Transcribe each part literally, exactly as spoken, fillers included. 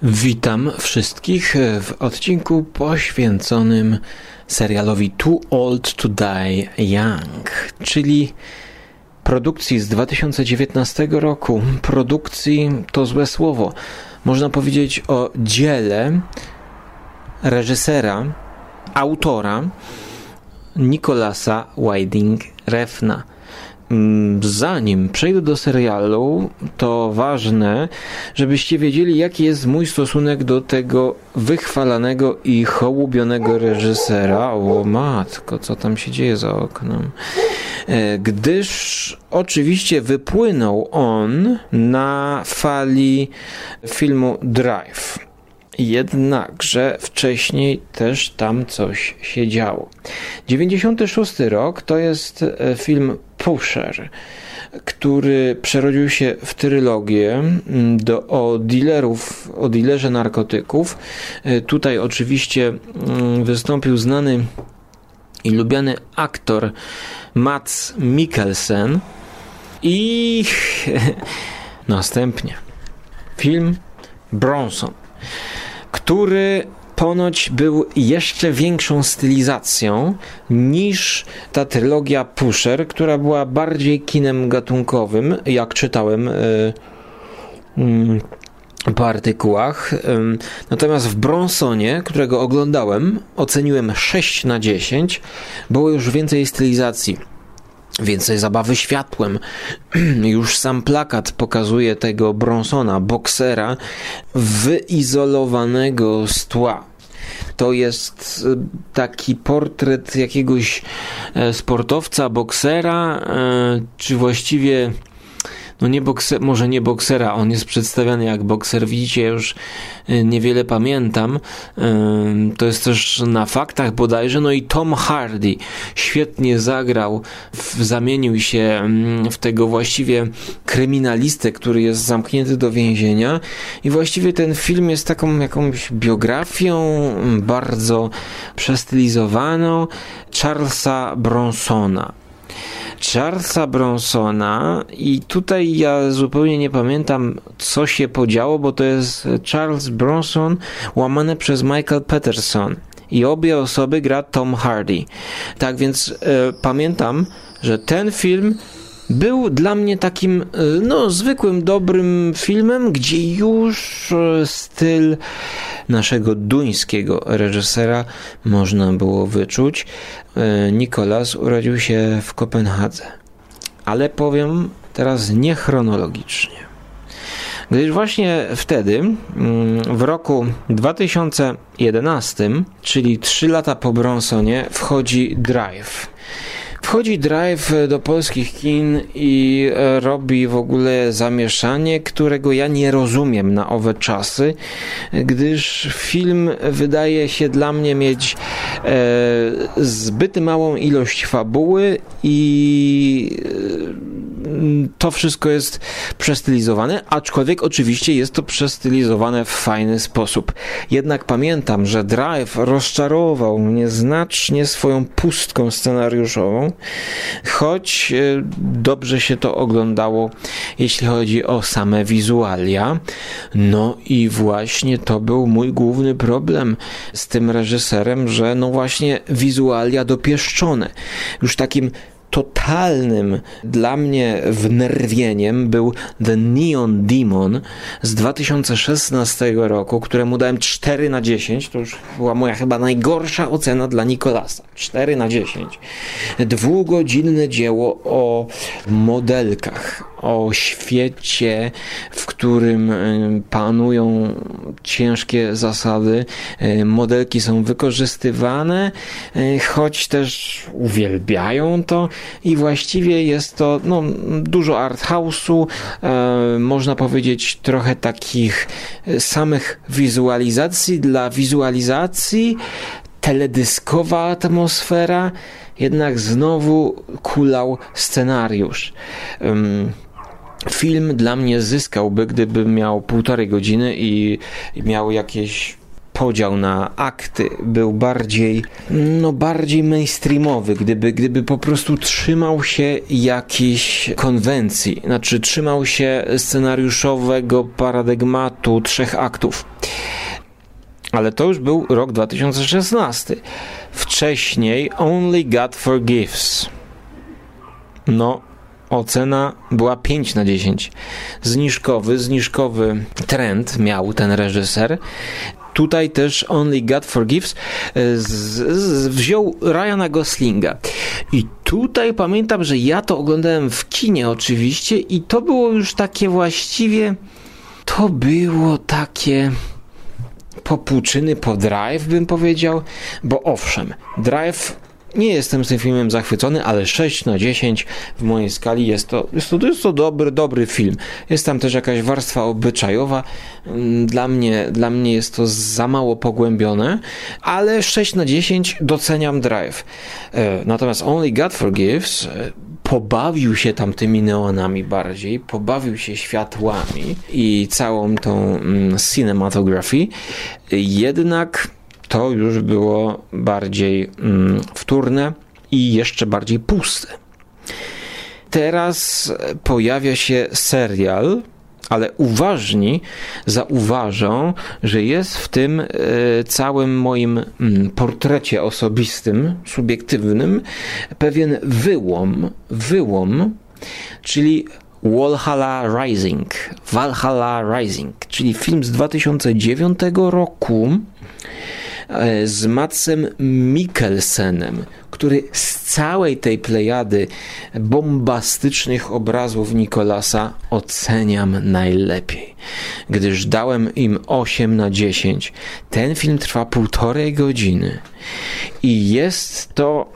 Witam wszystkich w odcinku poświęconym serialowi Too Old to Die Young, czyli produkcji z dwa tysiące dziewiętnastego roku. Produkcji to złe słowo. Można powiedzieć o dziele reżysera, autora Nicholasa Winding Refna. Zanim przejdę do serialu, to ważne, żebyście wiedzieli, jaki jest mój stosunek do tego wychwalanego i hołubionego reżysera. O matko, co tam się dzieje za oknem? Gdyż oczywiście wypłynął on na fali filmu Drive. Jednakże wcześniej też tam coś się działo. dziewięćdziesiąty szósty rok to jest film Pusher, który przerodził się w trylogię do, o dealerów, o dealerze narkotyków. Tutaj oczywiście wystąpił znany i lubiany aktor Mads Mikkelsen i następnie film Bronson, który ponoć był jeszcze większą stylizacją niż ta trylogia Pusher, która była bardziej kinem gatunkowym, jak czytałem yy, yy, po artykułach. Yy, natomiast w Bronsonie, którego oglądałem, oceniłem sześć na dziesięć, było już więcej stylizacji. Więcej zabawy światłem. Już sam plakat pokazuje tego Bronsona, boksera, wyizolowanego z tła. To jest taki portret jakiegoś sportowca, boksera, czy właściwie no nie bokser, może nie boksera, on jest przedstawiany jak bokser, widzicie, już niewiele pamiętam, to jest też na faktach bodajże. No i Tom Hardy świetnie zagrał, zamienił się w tego właściwie kryminalistę, który jest zamknięty do więzienia, i właściwie ten film jest taką jakąś biografią bardzo przestylizowaną Charlesa Bronsona. Charlesa Bronsona, i tutaj ja zupełnie nie pamiętam, co się podziało, bo to jest Charles Bronson łamane przez Michael Peterson i obie osoby gra Tom Hardy. Tak więc e, pamiętam, że ten film był dla mnie takim no zwykłym, dobrym filmem, gdzie już styl naszego duńskiego reżysera można było wyczuć. Nicholas urodził się w Kopenhadze, ale powiem teraz niechronologicznie. Gdyż właśnie wtedy, w roku dwa tysiące jedenastym, czyli trzy lata po Bronsonie, wchodzi Drive. Wchodzi Drive do polskich kin i robi w ogóle zamieszanie, którego ja nie rozumiem na owe czasy, gdyż film wydaje się dla mnie mieć e, zbyt małą ilość fabuły i e, to wszystko jest przestylizowane, aczkolwiek oczywiście jest to przestylizowane w fajny sposób. Jednak pamiętam, że Drive rozczarował mnie znacznie swoją pustką scenariuszową, choć dobrze się to oglądało, jeśli chodzi o same wizualia. No i właśnie to był mój główny problem z tym reżyserem, że no właśnie wizualia dopieszczone. Już takim totalnym dla mnie wnerwieniem był The Neon Demon z dwa tysiące szesnastego roku, któremu dałem cztery na dziesięć. To już była moja chyba najgorsza ocena dla Nicholasa. cztery na dziesięć. Dwugodzinne dzieło o modelkach, o świecie, w którym panują ciężkie zasady. Modelki są wykorzystywane, choć też uwielbiają to, i właściwie jest to no, dużo arthouse'u, e, można powiedzieć trochę takich samych wizualizacji dla wizualizacji, teledyskowa atmosfera, jednak znowu kulał scenariusz. Um, Film dla mnie zyskałby, gdyby miał półtorej godziny i miał jakieś podział na akty był bardziej, no bardziej mainstreamowy, gdyby, gdyby po prostu trzymał się jakiejś konwencji, znaczy trzymał się scenariuszowego paradygmatu trzech aktów. Ale to już był rok dwa tysiące szesnasty. Wcześniej Only God Forgives. No, ocena była pięć na dziesięć. Zniżkowy, zniżkowy trend miał ten reżyser. Tutaj też Only God Forgives z, z, wziął Ryana Goslinga. I tutaj pamiętam, że ja to oglądałem w kinie oczywiście i to było już takie właściwie, to było takie popłuczyny po Drive, bym powiedział, bo owszem, Drive, nie jestem z tym filmem zachwycony, ale sześć na dziesięć w mojej skali jest to, jest to, jest to dobry, dobry film. Jest tam też jakaś warstwa obyczajowa. Dla mnie, dla mnie jest to za mało pogłębione, ale sześć na dziesięć doceniam Drive. Natomiast Only God Forgives pobawił się tam tymi neonami bardziej, pobawił się światłami i całą tą cinematography. Jednak to już było bardziej mm, wtórne i jeszcze bardziej puste. Teraz pojawia się serial, ale uważni zauważą, że jest w tym e, całym moim mm, portrecie osobistym, subiektywnym, pewien wyłom, wyłom, czyli Valhalla Rising, Valhalla Rising, czyli film z dwa tysiące dziewiątego roku, z Madsem Mikkelsenem, który z całej tej plejady bombastycznych obrazów Nicolasa oceniam najlepiej, gdyż dałem im osiem na dziesięć. Ten film trwa półtorej godziny i jest to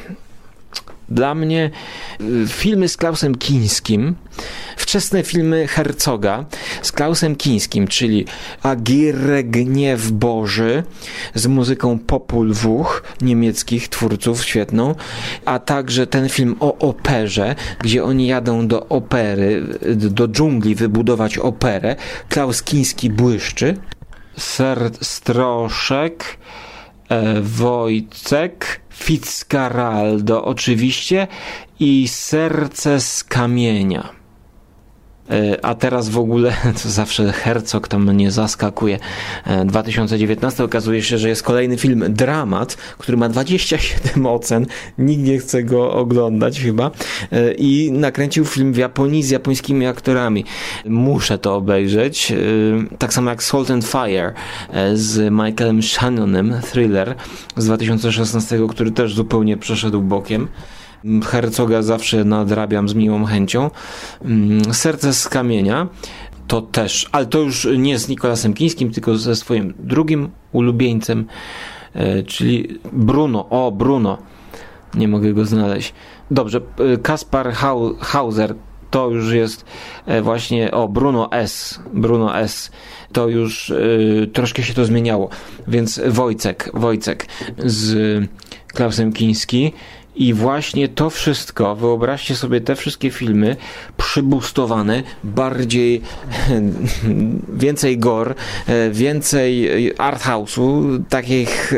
dla mnie filmy z Klausem Kinskим, wczesne filmy Herzoga z Klausem Kinskим, czyli Agirre Gniew Boży z muzyką Popul Vuh, niemieckich twórców, świetną, a także ten film o operze, gdzie oni jadą do opery, do dżungli wybudować operę. Klaus Kinski błyszczy. Stroszek, e, Wojcek, Fitzcarraldo oczywiście i Serce z kamienia. A teraz w ogóle, to zawsze Herzog tam mnie zaskakuje, dwa tysiące dziewiętnasty okazuje się, że jest kolejny film Dramat, który ma dwadzieścia siedem ocen, nikt nie chce go oglądać chyba, i nakręcił film w Japonii z japońskimi aktorami. Muszę to obejrzeć, tak samo jak Salt and Fire z Michaelem Shannonem, thriller z dwa tysiące szesnastego, który też zupełnie przeszedł bokiem. Herzoga zawsze nadrabiam z miłą chęcią. Serce z kamienia to też, ale to już nie z Nicolasem Kińskim, tylko ze swoim drugim ulubieńcem, czyli Bruno. O, Bruno. Nie mogę go znaleźć. Dobrze, Kaspar Hauser to już jest właśnie, o, Bruno S. Bruno S. To już y, troszkę się to zmieniało. Więc Wojcek, Wojcek z Klausem Kinski. I właśnie to wszystko, wyobraźcie sobie te wszystkie filmy przybustowane, bardziej, więcej gore, więcej arthouse'u, takich,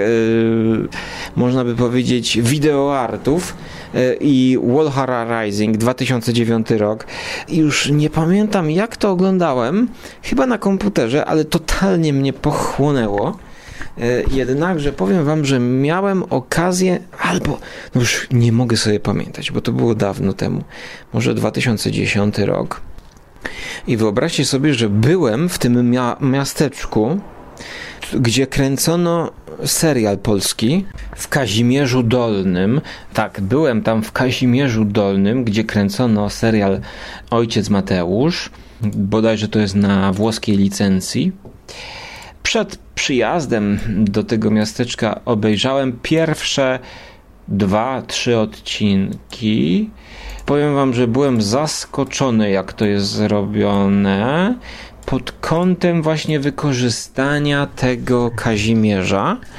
można by powiedzieć, wideoartów, i Valhalla Rising, dwa tysiące dziewiąty rok. I już nie pamiętam, jak to oglądałem, chyba na komputerze, ale totalnie mnie pochłonęło. Jednakże powiem wam, że miałem okazję, albo no już nie mogę sobie pamiętać, bo to było dawno temu, może dwa tysiące dziesiąty rok. I wyobraźcie sobie, że byłem w tym mia- miasteczku, gdzie kręcono serial polski w Kazimierzu Dolnym. Tak, byłem tam w Kazimierzu Dolnym, gdzie kręcono serial Ojciec Mateusz. Bodajże to jest na włoskiej licencji. Przed przyjazdem do tego miasteczka obejrzałem pierwsze dwa, trzy odcinki. Powiem wam, że byłem zaskoczony, jak to jest zrobione pod kątem właśnie wykorzystania tego Kazimierza.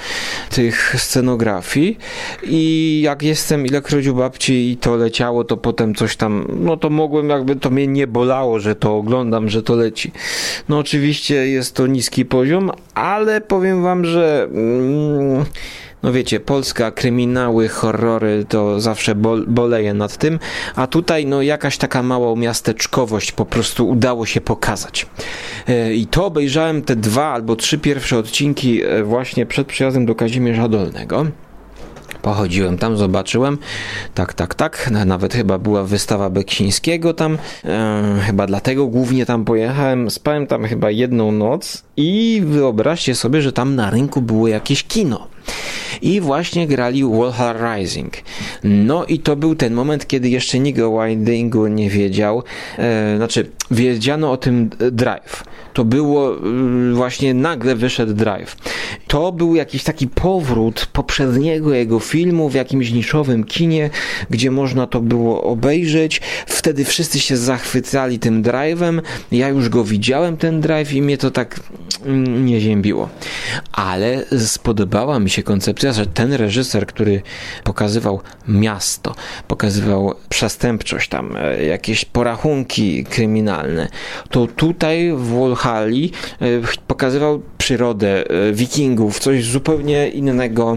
tych scenografii i jak jestem ilekroć u babci i to leciało, to potem coś tam, no to mogłem, jakby to mnie nie bolało, że to oglądam, że to leci. No oczywiście jest to niski poziom, ale powiem wam, że mm, no wiecie, Polska, kryminały, horrory, to zawsze bol, boleję nad tym, a tutaj no jakaś taka mała miasteczkowość po prostu udało się pokazać. E, I to obejrzałem te dwa albo trzy pierwsze odcinki e, właśnie przed przyjazdem do Kazimierza Dolnego. Pochodziłem tam, zobaczyłem, tak, tak, tak, nawet chyba była wystawa Beksińskiego tam, e, chyba dlatego głównie tam pojechałem, spałem tam chyba jedną noc i wyobraźcie sobie, że tam na rynku było jakieś kino. I właśnie grali Walhalla Rising. No i to był ten moment, kiedy jeszcze nikt o Windingu nie wiedział. E, znaczy, wiedziano o tym Drive. To było e, właśnie nagle wyszedł Drive. To był jakiś taki powrót poprzedniego jego filmu w jakimś niszowym kinie, gdzie można to było obejrzeć. Wtedy wszyscy się zachwycali tym Drive'em. Ja już go widziałem, ten Drive, i mnie to tak mm, nie ziębiło. Ale spodobała mi się koncepcja, że ten reżyser, który pokazywał miasto, pokazywał przestępczość tam, jakieś porachunki kryminalne, to tutaj w Walhalli pokazywał przyrodę wikingów, coś zupełnie innego.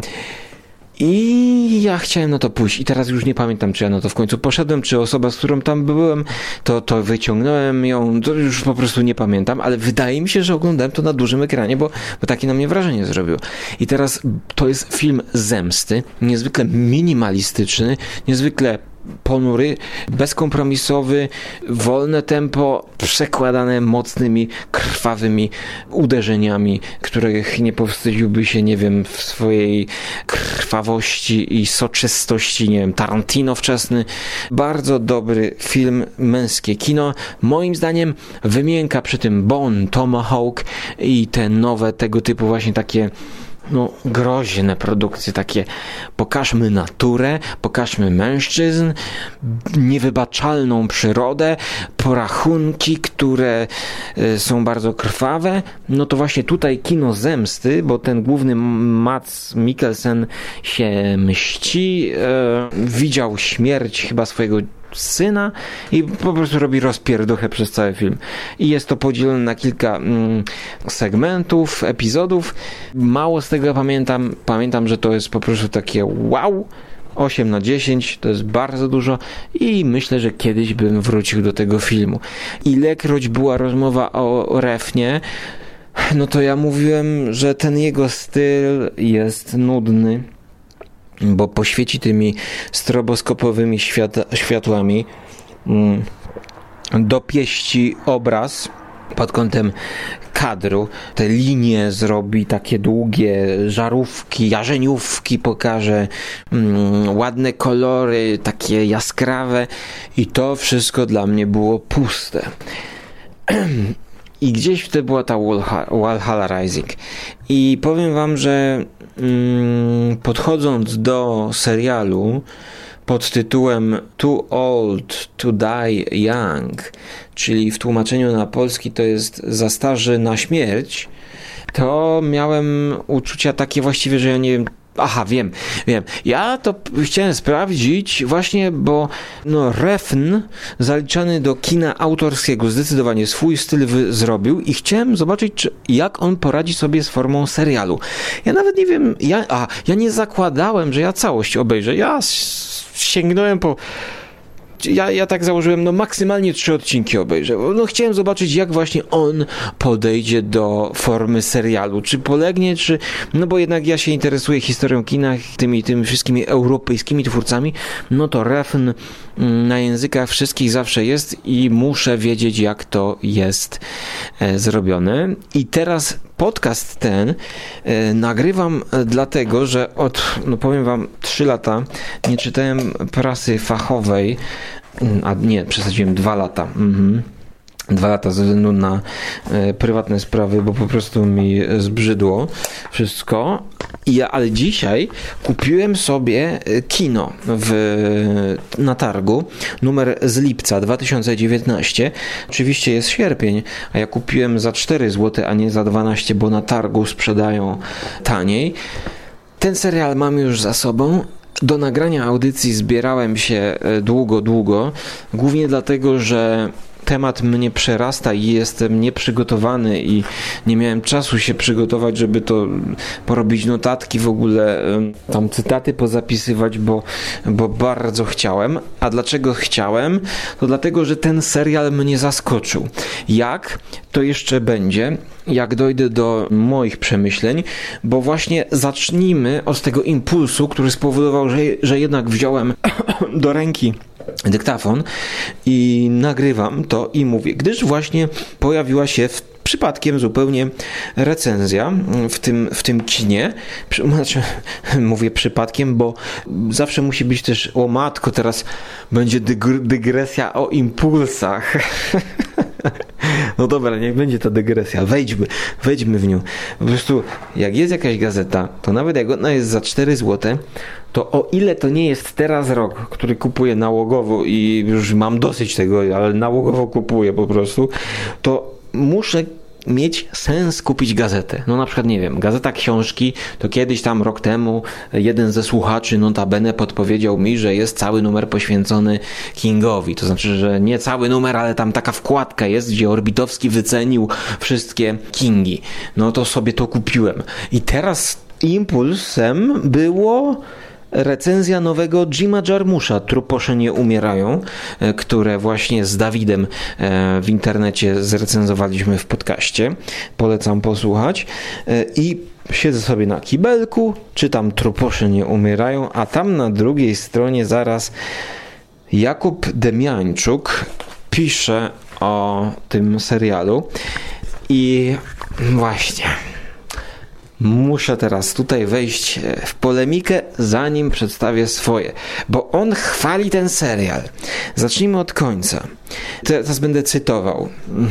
I ja chciałem na to pójść i teraz już nie pamiętam, czy ja na to w końcu poszedłem, czy osoba, z którą tam byłem, to, to wyciągnąłem ją, to już po prostu nie pamiętam, ale wydaje mi się, że oglądałem to na dużym ekranie, bo, bo takie na mnie wrażenie zrobiło. I teraz to jest film zemsty, niezwykle minimalistyczny, niezwykle ponury, bezkompromisowy, wolne tempo, przekładane mocnymi, krwawymi uderzeniami, których nie powstydziłby się, nie wiem, w swojej krwawości i soczystości, nie wiem, Tarantino wczesny. Bardzo dobry film, męskie kino. Moim zdaniem wymienka przy tym Bone Tomahawk i te nowe tego typu właśnie takie no groźne produkcje, takie pokażmy naturę, pokażmy mężczyzn, niewybaczalną przyrodę, porachunki, które y, są bardzo krwawe. No to właśnie tutaj kino zemsty, bo ten główny Mads Mikkelsen się mści, y, widział śmierć chyba swojego syna i po prostu robi rozpierduchę przez cały film. I jest to podzielone na kilka mm, segmentów, epizodów. Mało z tego pamiętam. Pamiętam, że to jest po prostu takie wow, osiem na dziesięć, to jest bardzo dużo i myślę, że kiedyś bym wrócił do tego filmu. Ilekroć była rozmowa o Refnie, no to ja mówiłem, że ten jego styl jest nudny, bo poświeci tymi stroboskopowymi świat- światłami, mm, dopieści obraz pod kątem kadru, te linie zrobi takie długie, żarówki, jarzeniówki pokaże, mm, ładne kolory, takie jaskrawe i to wszystko dla mnie było puste. I gdzieś wtedy była ta Walhalla Rising. I powiem wam, że mm, podchodząc do serialu pod tytułem Too Old to Die Young, czyli w tłumaczeniu na polski to jest Za starzy na śmierć, to miałem uczucia takie właściwie, że ja nie wiem. Aha, wiem, wiem. Ja to chciałem sprawdzić właśnie, bo no Refn zaliczany do kina autorskiego zdecydowanie swój styl wy- zrobił i chciałem zobaczyć, czy, jak on poradzi sobie z formą serialu. Ja nawet nie wiem, ja, a, ja nie zakładałem, że ja całość obejrzę. Ja s- sięgnąłem po... Ja, ja tak założyłem, no maksymalnie trzy odcinki obejrzę. No chciałem zobaczyć, jak właśnie on podejdzie do formy serialu. Czy polegnie, czy... No bo jednak ja się interesuję historią kina, tymi, tymi wszystkimi europejskimi twórcami. No to Refn na językach wszystkich zawsze jest i muszę wiedzieć, jak to jest e, zrobione. I teraz podcast ten e, nagrywam dlatego, że od, no powiem wam, trzy lata nie czytałem prasy fachowej, a nie, przesadziłem, dwa lata. Mhm. Dwa lata ze względu na e, prywatne sprawy, bo po prostu mi zbrzydło wszystko. I ja, ale dzisiaj kupiłem sobie kino w, na targu, numer z lipca dwa tysiące dziewiętnaście. Oczywiście jest sierpień, a ja kupiłem za cztery złote, a nie za dwanaście, bo na targu sprzedają taniej. ten serial mam już za sobą. Do nagrania audycji zbierałem się długo, długo, głównie dlatego, że temat mnie przerasta i jestem nieprzygotowany i nie miałem czasu się przygotować, żeby to porobić notatki, w ogóle tam cytaty pozapisywać, bo, bo bardzo chciałem. A dlaczego chciałem? To dlatego, że ten serial mnie zaskoczył. Jak? To jeszcze będzie, jak dojdę do moich przemyśleń, bo właśnie zacznijmy od tego impulsu, który spowodował, że, że jednak wziąłem do ręki dyktafon i nagrywam to i mówię, gdyż właśnie pojawiła się w przypadkiem zupełnie recenzja w tym, w tym kinie. Znaczy, mówię przypadkiem, bo zawsze musi być też, o matko, teraz będzie dygr- dygresja o impulsach. No dobra, niech będzie ta dygresja. Wejdźmy, wejdźmy w nią. Po prostu jak jest jakaś gazeta, to nawet jak ona jest za cztery złote, to o ile to nie jest teraz rok, który kupuję nałogowo i już mam dosyć tego, ale nałogowo kupuję po prostu, to muszę mieć sens kupić gazetę. No na przykład, nie wiem, gazeta książki, to kiedyś tam rok temu jeden ze słuchaczy notabene podpowiedział mi, że jest cały numer poświęcony Kingowi. To znaczy, że nie cały numer, ale tam taka wkładka jest, gdzie Orbitowski wycenił wszystkie Kingi. No to sobie to kupiłem. I teraz impulsem było recenzja nowego Jima Jarmusza, Truposze nie umierają, które właśnie z Dawidem w internecie zrecenzowaliśmy w podcaście. Polecam posłuchać. I siedzę sobie na kibelku, czytam Truposze nie umierają, a tam na drugiej stronie zaraz Jakub Demiańczuk pisze o tym serialu i właśnie muszę teraz tutaj wejść w polemikę, zanim przedstawię swoje, bo on chwali ten serial. Zacznijmy od końca. Teraz będę cytował.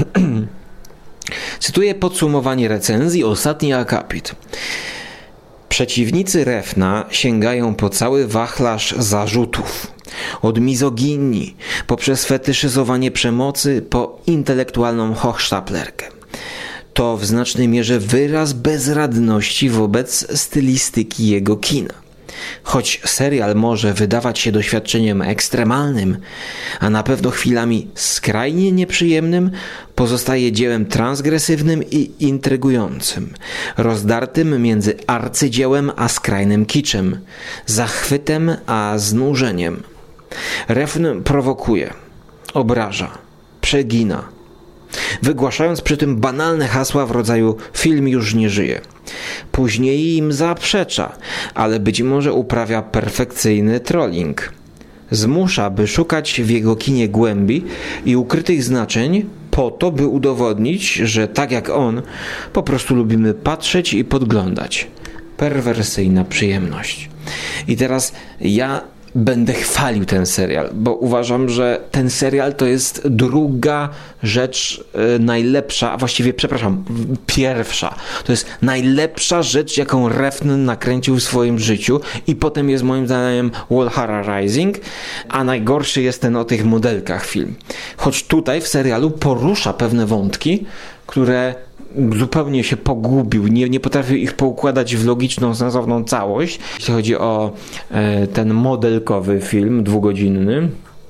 Cytuję podsumowanie recenzji, ostatni akapit. Przeciwnicy Refna sięgają po cały wachlarz zarzutów. Od mizoginii, poprzez fetyszyzowanie przemocy, po intelektualną hochsztaplerkę. To w znacznej mierze wyraz bezradności wobec stylistyki jego kina. Choć serial może wydawać się doświadczeniem ekstremalnym, a na pewno chwilami skrajnie nieprzyjemnym, pozostaje dziełem transgresywnym i intrygującym, rozdartym między arcydziełem a skrajnym kiczem, zachwytem a znużeniem. Refn prowokuje, obraża, przegina, wygłaszając przy tym banalne hasła w rodzaju film już nie żyje. Później im zaprzecza, ale być może uprawia perfekcyjny trolling. Zmusza, by szukać w jego kinie głębi i ukrytych znaczeń po to, by udowodnić, że tak jak on, po prostu lubimy patrzeć i podglądać. Perwersyjna przyjemność. I teraz ja będę chwalił ten serial, bo uważam, że ten serial to jest druga rzecz e, najlepsza, a właściwie, przepraszam, pierwsza. To jest najlepsza rzecz, jaką Refn nakręcił w swoim życiu i potem jest moim zdaniem Walhalla Rising, a najgorszy jest ten o tych modelkach film. Choć tutaj w serialu porusza pewne wątki, które zupełnie się pogubił, nie, nie potrafił ich poukładać w logiczną, sensowną całość. Jeśli chodzi o e, ten modelkowy film dwugodzinny,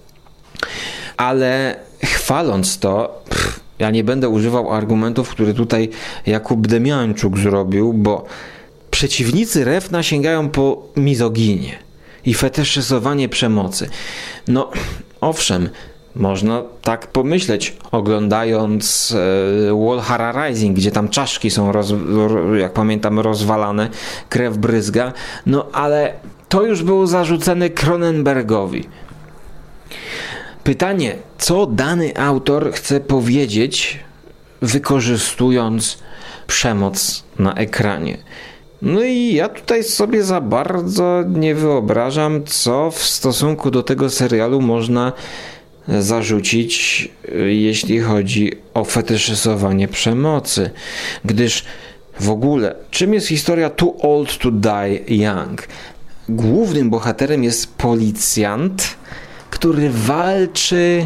ale chwaląc to, pff, ja nie będę używał argumentów, które tutaj Jakub Demiańczuk zrobił, bo przeciwnicy Refna sięgają po mizoginię i fetyszyzowanie przemocy. No, owszem, można tak pomyśleć, oglądając e, Walhalla Rising, gdzie tam czaszki są, roz, jak pamiętam, rozwalane, krew bryzga, no ale to już było zarzucone Cronenbergowi. Pytanie, co dany autor chce powiedzieć, wykorzystując przemoc na ekranie? No i ja tutaj sobie za bardzo nie wyobrażam, co w stosunku do tego serialu można zarzucić, jeśli chodzi o fetyszyzowanie przemocy. Gdyż w ogóle, czym jest historia Too Old to Die Young? Głównym bohaterem jest policjant, który walczy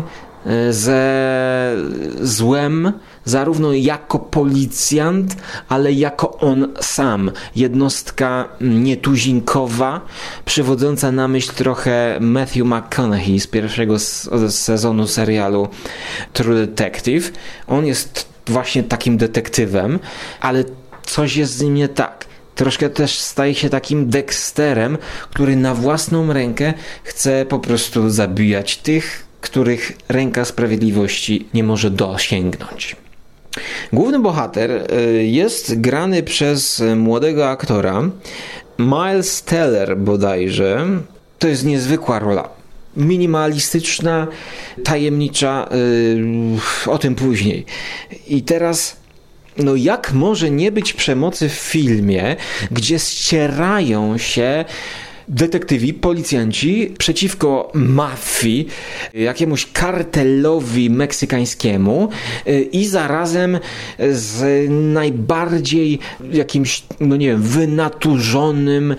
ze złem, zarówno jako policjant, ale jako on sam. Jednostka nietuzinkowa, przywodząca na myśl trochę Matthew McConaughey z pierwszego sezonu serialu True Detective. On jest właśnie takim detektywem, ale coś jest z nim nie tak. Troszkę też staje się takim Dexterem, który na własną rękę chce po prostu zabijać tych, których ręka sprawiedliwości nie może dosięgnąć. Główny bohater jest grany przez młodego aktora Miles Teller bodajże. To jest niezwykła rola. Minimalistyczna, tajemnicza, yy, o tym później. I teraz, no jak może nie być przemocy w filmie, gdzie ścierają się detektywi, policjanci przeciwko mafii, jakiemuś kartelowi meksykańskiemu i zarazem z najbardziej jakimś, no nie wiem, wynaturzonym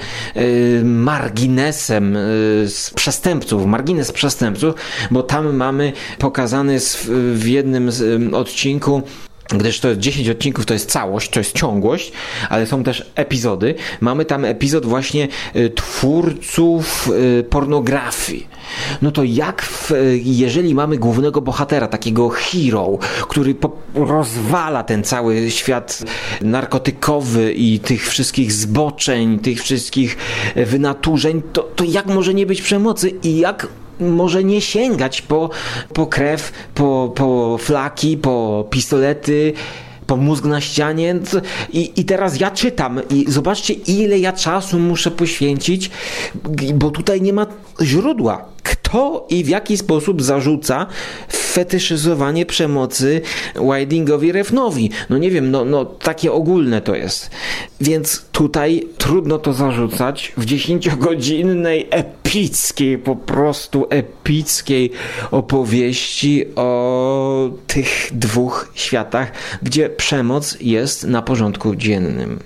marginesem z przestępców, margines przestępców, bo tam mamy pokazany w jednym z odcinku, gdyż to jest dziesięć odcinków, to jest całość, to jest ciągłość, ale są też epizody. Mamy tam epizod właśnie y, twórców y, pornografii. No to jak, w, jeżeli mamy głównego bohatera, takiego hero, który po, rozwala ten cały świat narkotykowy i tych wszystkich zboczeń, tych wszystkich wynaturzeń, to, to jak może nie być przemocy i jak może nie sięgać po, po krew, po, po flaki, po pistolety, po mózg na ścianie. I, I teraz ja czytam i zobaczcie, ile ja czasu muszę poświęcić, bo tutaj nie ma źródła. Kto i w jaki sposób zarzuca fetyszyzowanie przemocy Wildingowi Refnowi? No nie wiem, no, no takie ogólne to jest. Więc tutaj trudno to zarzucać w dziesięciogodzinnej, epickiej, po prostu epickiej opowieści o tych dwóch światach, gdzie przemoc jest na porządku dziennym.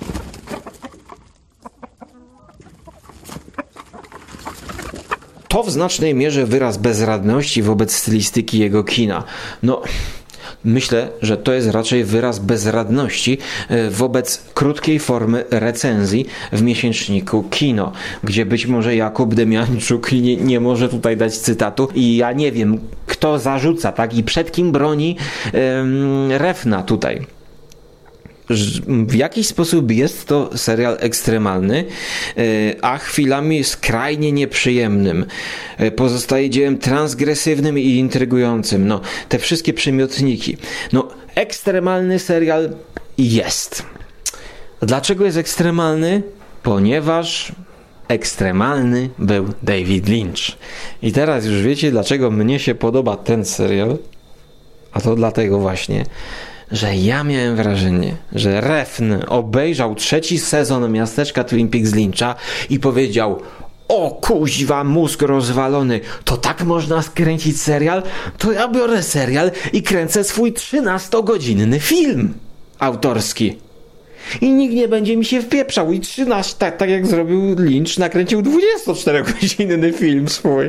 To w znacznej mierze wyraz bezradności wobec stylistyki jego kina. No, myślę, że to jest raczej wyraz bezradności wobec krótkiej formy recenzji w miesięczniku Kino, gdzie być może Jakub Demianczuk nie, nie może tutaj dać cytatu i ja nie wiem, kto zarzuca, tak, i przed kim broni um, Refna tutaj. W jakiś sposób jest to serial ekstremalny, a chwilami skrajnie nieprzyjemnym. Pozostaje dziełem transgresywnym i intrygującym. No, te wszystkie przymiotniki. No, ekstremalny serial jest. Dlaczego jest ekstremalny? Ponieważ ekstremalny był David Lynch. I teraz już wiecie, dlaczego mnie się podoba ten serial? A to dlatego właśnie, że ja miałem wrażenie, że Refn obejrzał trzeci sezon Miasteczka Twin Peaks Lyncha i powiedział: o kuźwa, mózg rozwalony, to tak można skręcić serial? To ja biorę serial i kręcę swój trzynastogodzinny film autorski. I nikt nie będzie mi się wpieprzał. I trzynaście, tak, tak jak zrobił Lynch, nakręcił dwudziestoczterogodzinny film swój.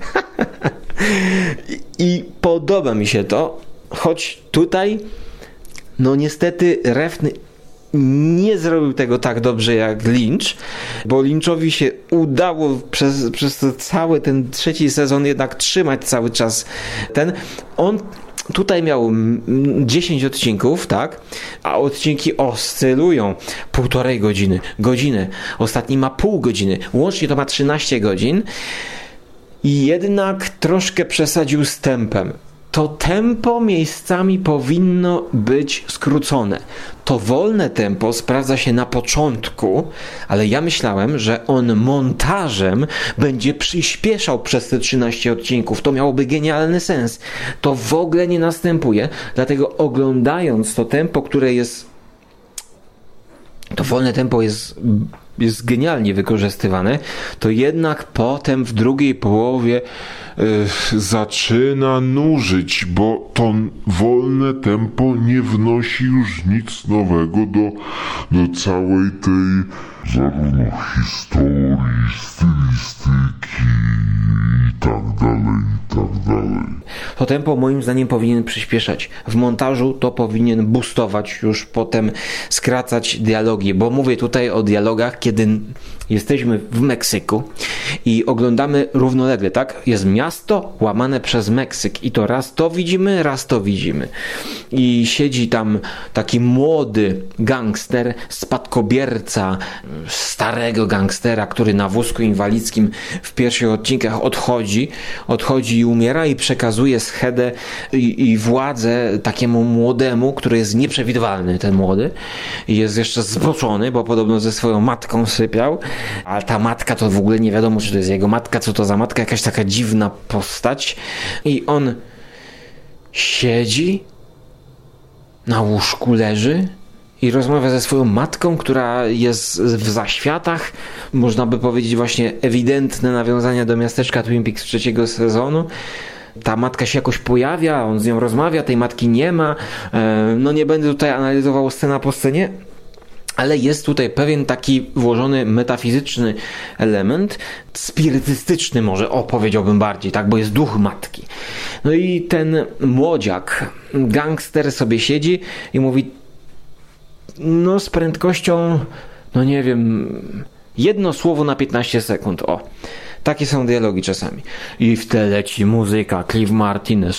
I, I podoba mi się to, choć tutaj no niestety Refn nie zrobił tego tak dobrze jak Lynch, bo Lynchowi się udało przez, przez cały ten trzeci sezon jednak trzymać cały czas ten. On tutaj miał dziesięć odcinków, tak? A odcinki oscylują półtorej godziny, godzinę. Ostatni ma pół godziny. Łącznie to ma trzynaście godzin. I jednak troszkę przesadził z tempem. To tempo miejscami powinno być skrócone. To wolne tempo sprawdza się na początku, ale ja myślałem, że on montażem będzie przyspieszał przez te trzynaście odcinków. To miałoby genialny sens. To w ogóle nie następuje, dlatego oglądając to tempo, które jest... To wolne tempo jest jest genialnie wykorzystywane, to jednak potem w drugiej połowie Yy, zaczyna nużyć, bo to wolne tempo nie wnosi już nic nowego do, do całej tej zarówno historii, stylistyki i tak dalej, i tak dalej. To tempo moim zdaniem powinien przyspieszać. W montażu to powinien boostować, już potem skracać dialogi, bo mówię tutaj o dialogach, kiedy jesteśmy w Meksyku i oglądamy równolegle, tak? Jest miasto łamane przez Meksyk i to raz to widzimy, raz to widzimy. I siedzi tam taki młody gangster, spadkobierca starego gangstera, który na wózku inwalidzkim w pierwszych odcinkach odchodzi, odchodzi i umiera i przekazuje schedę i, i władzę takiemu młodemu, który jest nieprzewidywalny, ten młody. I jest jeszcze zboczony, bo podobno ze swoją matką sypiał, ale ta matka to w ogóle nie wiadomo, czy to jest jego matka, co to za matka, jakaś taka dziwna postać. I on siedzi, na łóżku leży i rozmawia ze swoją matką, która jest w zaświatach. Można by powiedzieć właśnie ewidentne nawiązania do miasteczka Twin Peaks trzeciego sezonu. Ta matka się jakoś pojawia, on z nią rozmawia, tej matki nie ma. No nie będę tutaj analizował scena po scenie, ale jest tutaj pewien taki włożony metafizyczny element, spirytystyczny może, o powiedziałbym bardziej, tak, bo jest duch matki. No i ten młodziak, gangster sobie siedzi i mówi, no z prędkością, no nie wiem, jedno słowo na piętnaście sekund, o. Takie są dialogi czasami. I w tle leci muzyka, Cliff Martinez,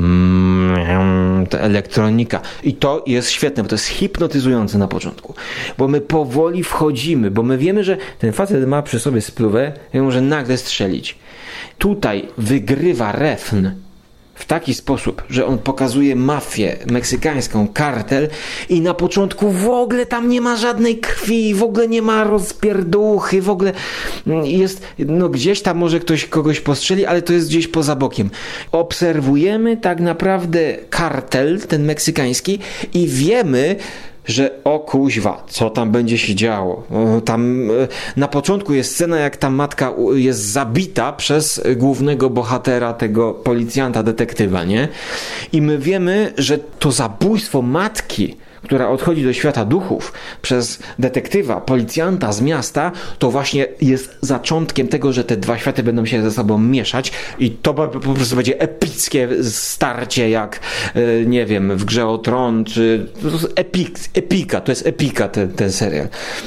mm, ta elektronika. I to jest świetne, bo to jest hipnotyzujące na początku. Bo my powoli wchodzimy, bo my wiemy, że ten facet ma przy sobie spluwę i może nagle strzelić. Tutaj wygrywa refn w taki sposób, że on pokazuje mafię meksykańską, kartel i na początku w ogóle tam nie ma żadnej krwi, w ogóle nie ma rozpierduchy, w ogóle jest, no gdzieś tam może ktoś kogoś postrzeli, ale to jest gdzieś poza bokiem. Obserwujemy tak naprawdę kartel, ten meksykański i wiemy, że o kuźwa, co tam będzie się działo. Tam na początku jest scena, jak ta matka jest zabita przez głównego bohatera, tego policjanta, detektywa, nie? I my wiemy, że to zabójstwo matki, która odchodzi do świata duchów przez detektywa, policjanta z miasta, to właśnie jest zaczątkiem tego, że te dwa światy będą się ze sobą mieszać i to po prostu będzie epickie starcie, jak nie wiem, w Grze o Tron, czy to jest epik, epika, to jest epika ten, ten serial.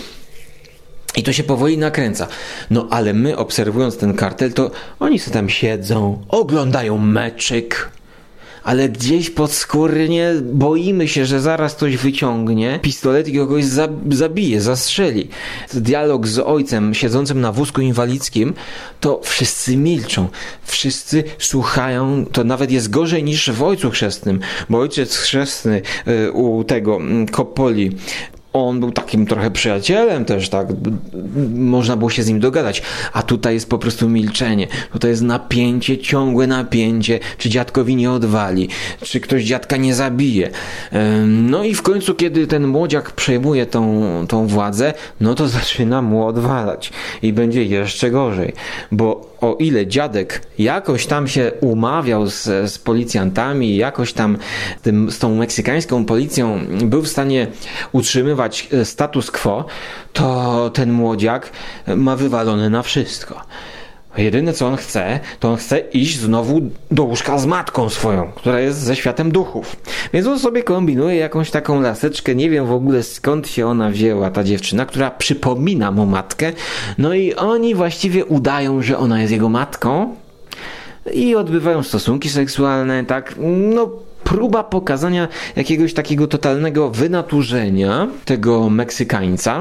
I to się powoli nakręca. No ale my, obserwując ten kartel, to oni sobie tam siedzą, oglądają meczyk, ale gdzieś podskórnie boimy się, że zaraz ktoś wyciągnie pistolet i kogoś zabije, zastrzeli. Dialog z ojcem siedzącym na wózku inwalidzkim, to wszyscy milczą, wszyscy słuchają, to nawet jest gorzej niż w Ojcu Chrzestnym, bo Ojciec Chrzestny u tego Coppoli, on był takim trochę przyjacielem też, tak, można było się z nim dogadać, a tutaj jest po prostu milczenie, tutaj jest napięcie, ciągłe napięcie, czy dziadkowi nie odwali, czy ktoś dziadka nie zabije. No i w końcu, kiedy ten młodziak przejmuje tą, tą władzę, no to zaczyna mu odwalać i będzie jeszcze gorzej, bo o ile dziadek jakoś tam się umawiał z, z policjantami, jakoś tam tym, z tą meksykańską policją był w stanie utrzymywać status quo, to ten młodziak ma wywalone na wszystko. Jedyne co on chce, to on chce iść znowu do łóżka z matką swoją, która jest ze światem duchów. Więc on sobie kombinuje jakąś taką laseczkę, nie wiem w ogóle skąd się ona wzięła, ta dziewczyna, która przypomina mu matkę. No i oni właściwie udają, że ona jest jego matką i odbywają stosunki seksualne, tak, no próba pokazania jakiegoś takiego totalnego wynaturzenia tego Meksykańca.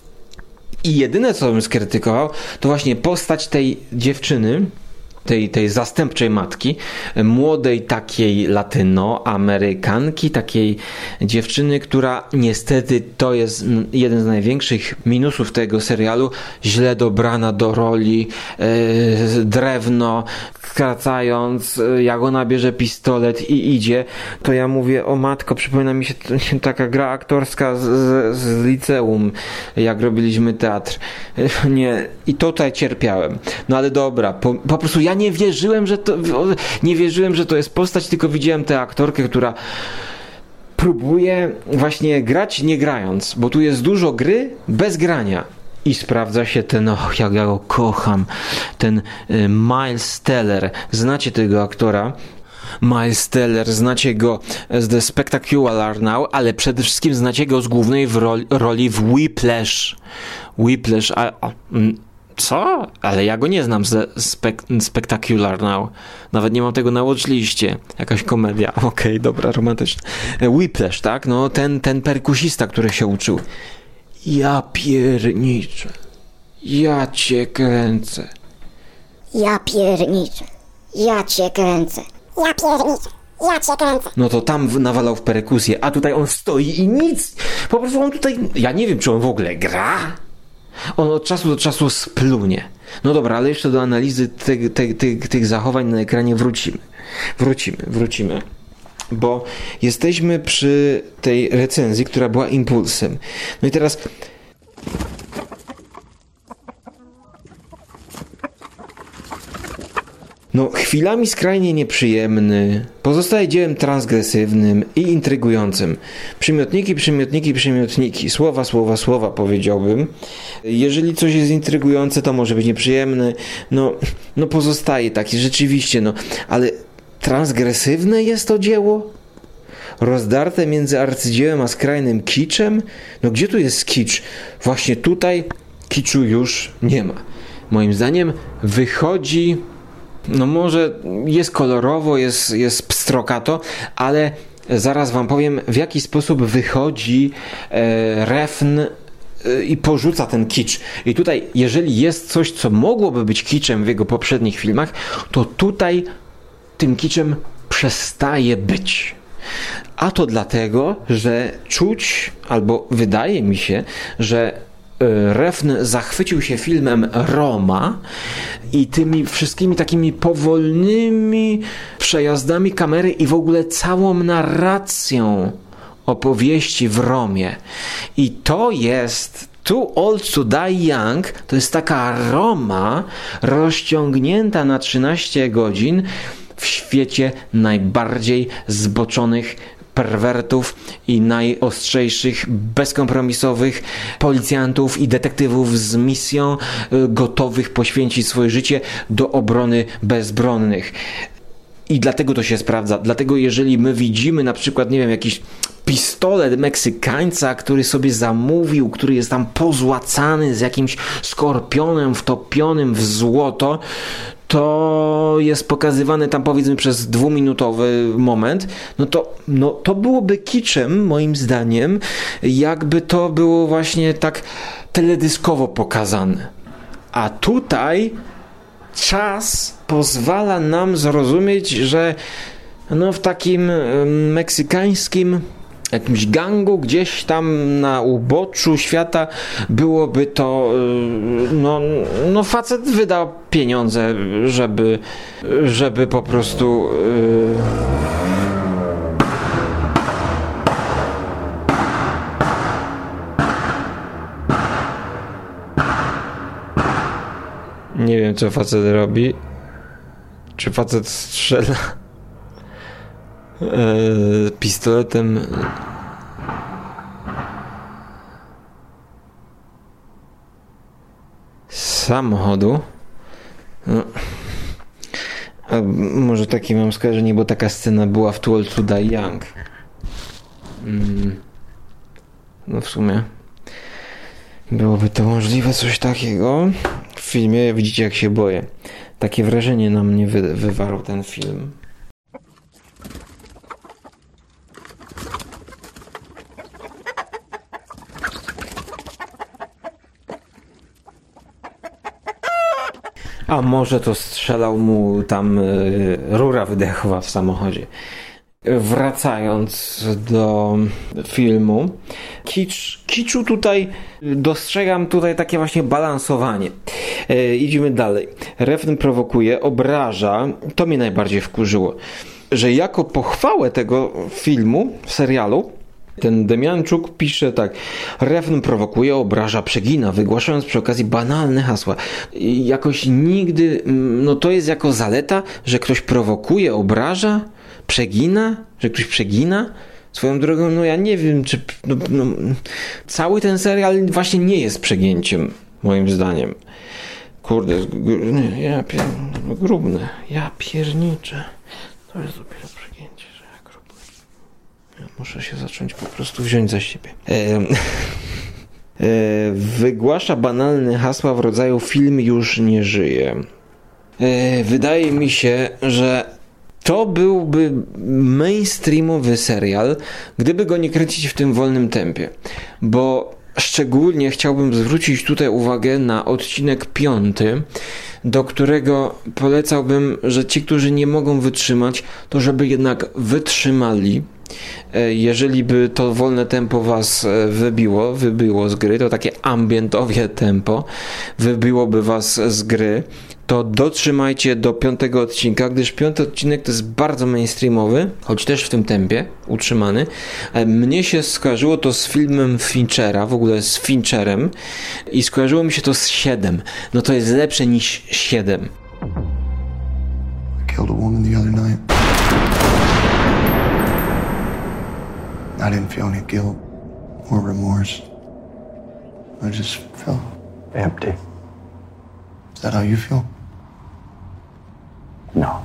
I jedyne, co bym skrytykował, to właśnie postać tej dziewczyny, tej, tej zastępczej matki, młodej takiej latynoamerykanki, takiej dziewczyny, która niestety to jest jeden z największych minusów tego serialu, źle dobrana do roli, yy, drewno, skracając, jak ona bierze pistolet i idzie, to ja mówię, o matko, przypomina mi się taka gra aktorska z, z, z liceum, jak robiliśmy teatr. Nie, i tutaj cierpiałem. No ale dobra, po, po prostu ja nie wierzyłem, że to nie wierzyłem, że to jest postać, tylko widziałem tę aktorkę, która próbuje właśnie grać nie grając, bo tu jest dużo gry bez grania. I sprawdza się ten, och, jak ja go kocham, ten y, Miles Teller. Znacie tego aktora? Miles Teller, znacie go z The Spectacular Now, ale przede wszystkim znacie go z głównej w roli, roli w Whiplash. Whiplash, a, a co? Ale ja go nie znam z Spe- Spectacular Now. Nawet nie mam tego na watchliście. Jakaś komedia. Okej, okay, dobra, romantyczna. Whiplash, tak? No, ten, ten perkusista, który się uczył. Ja pierniczę. Ja cię kręcę. Ja pierniczę. Ja cię kręcę. Ja pierniczę. Ja cię kręcę. No to tam nawalał w perkusję, a tutaj on stoi i nic. Po prostu on tutaj... Ja nie wiem, czy on w ogóle gra. On od czasu do czasu splunie. No dobra, ale jeszcze do analizy tych, tych, tych, tych zachowań na ekranie wrócimy. Wrócimy, wrócimy. Bo jesteśmy przy tej recenzji, która była impulsem. No i teraz... No, chwilami skrajnie nieprzyjemny, pozostaje dziełem transgresywnym i intrygującym. Przymiotniki, przymiotniki, przymiotniki. Słowa, słowa, słowa, powiedziałbym. Jeżeli coś jest intrygujące, to może być nieprzyjemne. No, no pozostaje taki, rzeczywiście, no. Ale transgresywne jest to dzieło? Rozdarte między arcydziełem a skrajnym kiczem? No gdzie tu jest kicz? Właśnie tutaj kiczu już nie ma. Moim zdaniem wychodzi... No może jest kolorowo, jest, jest pstrokato, ale zaraz wam powiem, w jaki sposób wychodzi e, Refn e, i porzuca ten kicz. I tutaj, jeżeli jest coś, co mogłoby być kiczem w jego poprzednich filmach, to tutaj tym kiczem przestaje być. A to dlatego, że czuć, albo wydaje mi się, że Refn zachwycił się filmem Roma i tymi wszystkimi takimi powolnymi przejazdami kamery i w ogóle całą narracją opowieści w Romie. I to jest Too Old to Die Young, to jest taka Roma rozciągnięta na trzynaście godzin w świecie najbardziej zboczonych perwertów i najostrzejszych, bezkompromisowych policjantów i detektywów z misją, gotowych poświęcić swoje życie do obrony bezbronnych. I dlatego to się sprawdza. Dlatego jeżeli my widzimy na przykład, nie wiem, jakiś pistolet Meksykańca, który sobie zamówił, który jest tam pozłacany z jakimś skorpionem wtopionym w złoto, to jest pokazywane tam powiedzmy przez dwuminutowy moment, no to, no to byłoby kiczem moim zdaniem, jakby to było właśnie tak teledyskowo pokazane. A tutaj czas pozwala nam zrozumieć, że no w takim meksykańskim jakimś gangu gdzieś tam na uboczu świata byłoby to, no, no facet wydał pieniądze, żeby, żeby po prostu nie wiem, co facet robi. Czy facet strzela Eee, pistoletem z samochodu. No. A może takie mam skojarzenie, bo taka scena była w Too Old to Die Young. Mm. No w sumie byłoby to możliwe, coś takiego. W filmie widzicie, jak się boję. Takie wrażenie na mnie wy- wywarł ten film. A może to strzelał mu tam y, rura wydechowa w samochodzie. Wracając do filmu, kicz kiczu tutaj dostrzegam tutaj takie właśnie balansowanie. E, idziemy dalej. Refren prowokuje, obraża, to mnie najbardziej wkurzyło, że jako pochwałę tego filmu, serialu, ten Demianczuk pisze tak: refren prowokuje, obraża, przegina, wygłaszając przy okazji banalne hasła. I jakoś nigdy, no to jest jako zaleta, że ktoś prowokuje, obraża, przegina, że ktoś przegina. Swoją drogą, no ja nie wiem, czy no, no, cały ten serial właśnie nie jest przegięciem, moim zdaniem. Kurde, gr- ja pier... grubne, ja pierniczę. To jest dopiero przegięcie, że ja grubny. Ja muszę się zacząć po prostu wziąć za siebie. E... e... Wygłasza banalne hasła w rodzaju film już nie żyje. E... Wydaje mi się, że to byłby mainstreamowy serial, gdyby go nie kręcić w tym wolnym tempie. Bo szczególnie chciałbym zwrócić tutaj uwagę na odcinek piąty, do którego polecałbym, że ci, którzy nie mogą wytrzymać, to żeby jednak wytrzymali. Jeżeli by to wolne tempo was wybiło, wybiło z gry, to takie ambientowe tempo wybiłoby was z gry, to dotrzymajcie do piątego odcinka, gdyż piąty odcinek to jest bardzo mainstreamowy, choć też w tym tempie utrzymany. Mnie się skojarzyło to z filmem Finchera, w ogóle z Fincherem, i skojarzyło mi się to z siedem. No to jest lepsze niż siedem. I killed a woman the other night. I didn't feel any guilt or remorse. I just felt empty. Is that how you feel? No.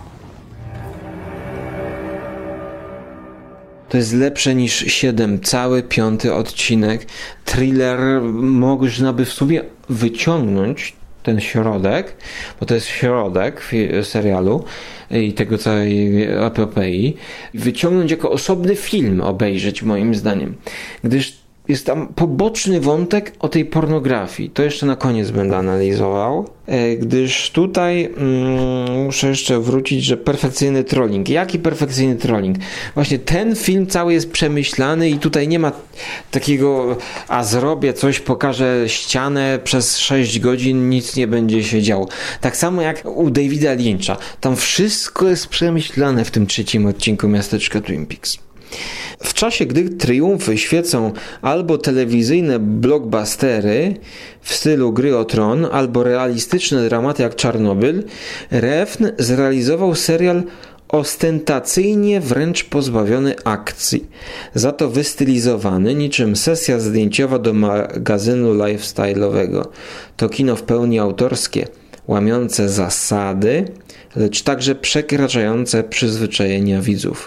To jest lepsze niż siedem. Cały piąty odcinek. Thriller można by w sumie wyciągnąć ten środek, bo to jest środek serialu i tego całej epopei, wyciągnąć jako osobny film, obejrzeć moim zdaniem. Gdyż jest tam poboczny wątek o tej pornografii. To jeszcze na koniec będę analizował, gdyż tutaj mm, muszę jeszcze wrócić, że perfekcyjny trolling. Jaki perfekcyjny trolling? Właśnie ten film cały jest przemyślany i tutaj nie ma takiego, a zrobię coś, pokażę ścianę przez sześć godzin, nic nie będzie się działo. Tak samo jak u Davida Lyncha. Tam wszystko jest przemyślane w tym trzecim odcinku Miasteczka Twin Peaks. W czasie, gdy triumfy świecą albo telewizyjne blockbustery w stylu Gry o Tron, albo realistyczne dramaty jak Czarnobyl, Refn zrealizował serial ostentacyjnie wręcz pozbawiony akcji, za to wystylizowany niczym sesja zdjęciowa do magazynu lifestyle'owego. To kino w pełni autorskie, łamiące zasady, lecz także przekraczające przyzwyczajenia widzów.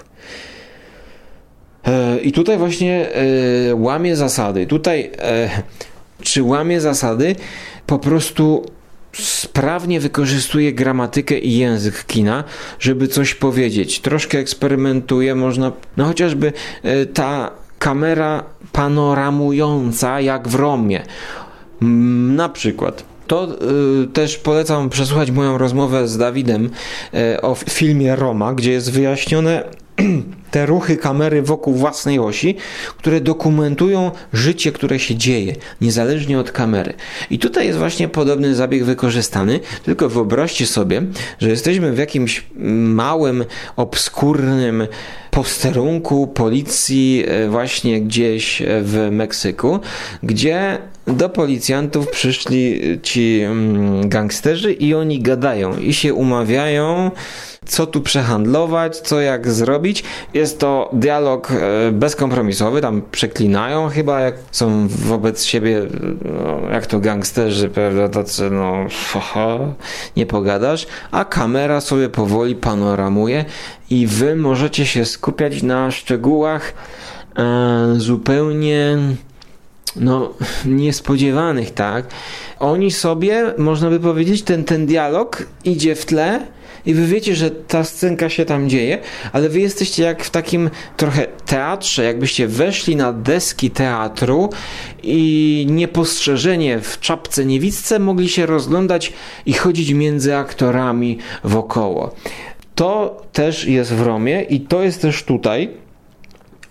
I tutaj właśnie e, łamie zasady. Tutaj e, czy łamie zasady? Po prostu sprawnie wykorzystuje gramatykę i język kina, żeby coś powiedzieć. Troszkę eksperymentuje, można, no chociażby e, ta kamera panoramująca jak w Romie. Mm, na przykład. To y, też polecam przesłuchać moją rozmowę z Dawidem y, o filmie Roma, gdzie jest wyjaśnione te ruchy kamery wokół własnej osi, które dokumentują życie, które się dzieje, niezależnie od kamery. I tutaj jest właśnie podobny zabieg wykorzystany, tylko wyobraźcie sobie, że jesteśmy w jakimś małym, obskurnym posterunku policji właśnie gdzieś w Meksyku, gdzie do policjantów przyszli ci gangsterzy i oni gadają i się umawiają, co tu przehandlować, co jak zrobić. Jest to dialog bezkompromisowy, tam przeklinają chyba, jak są wobec siebie, no, jak to gangsterzy, prawda, tacy, no, haha, nie pogadasz, a kamera sobie powoli panoramuje i wy możecie się skupiać na szczegółach e, zupełnie no, niespodziewanych, tak? Oni sobie, można by powiedzieć, ten, ten dialog idzie w tle i wy wiecie, że ta scenka się tam dzieje, ale wy jesteście jak w takim trochę teatrze, jakbyście weszli na deski teatru i niepostrzeżenie w czapce niewidce mogli się rozglądać i chodzić między aktorami wokoło. To też jest w Romie i to jest też tutaj,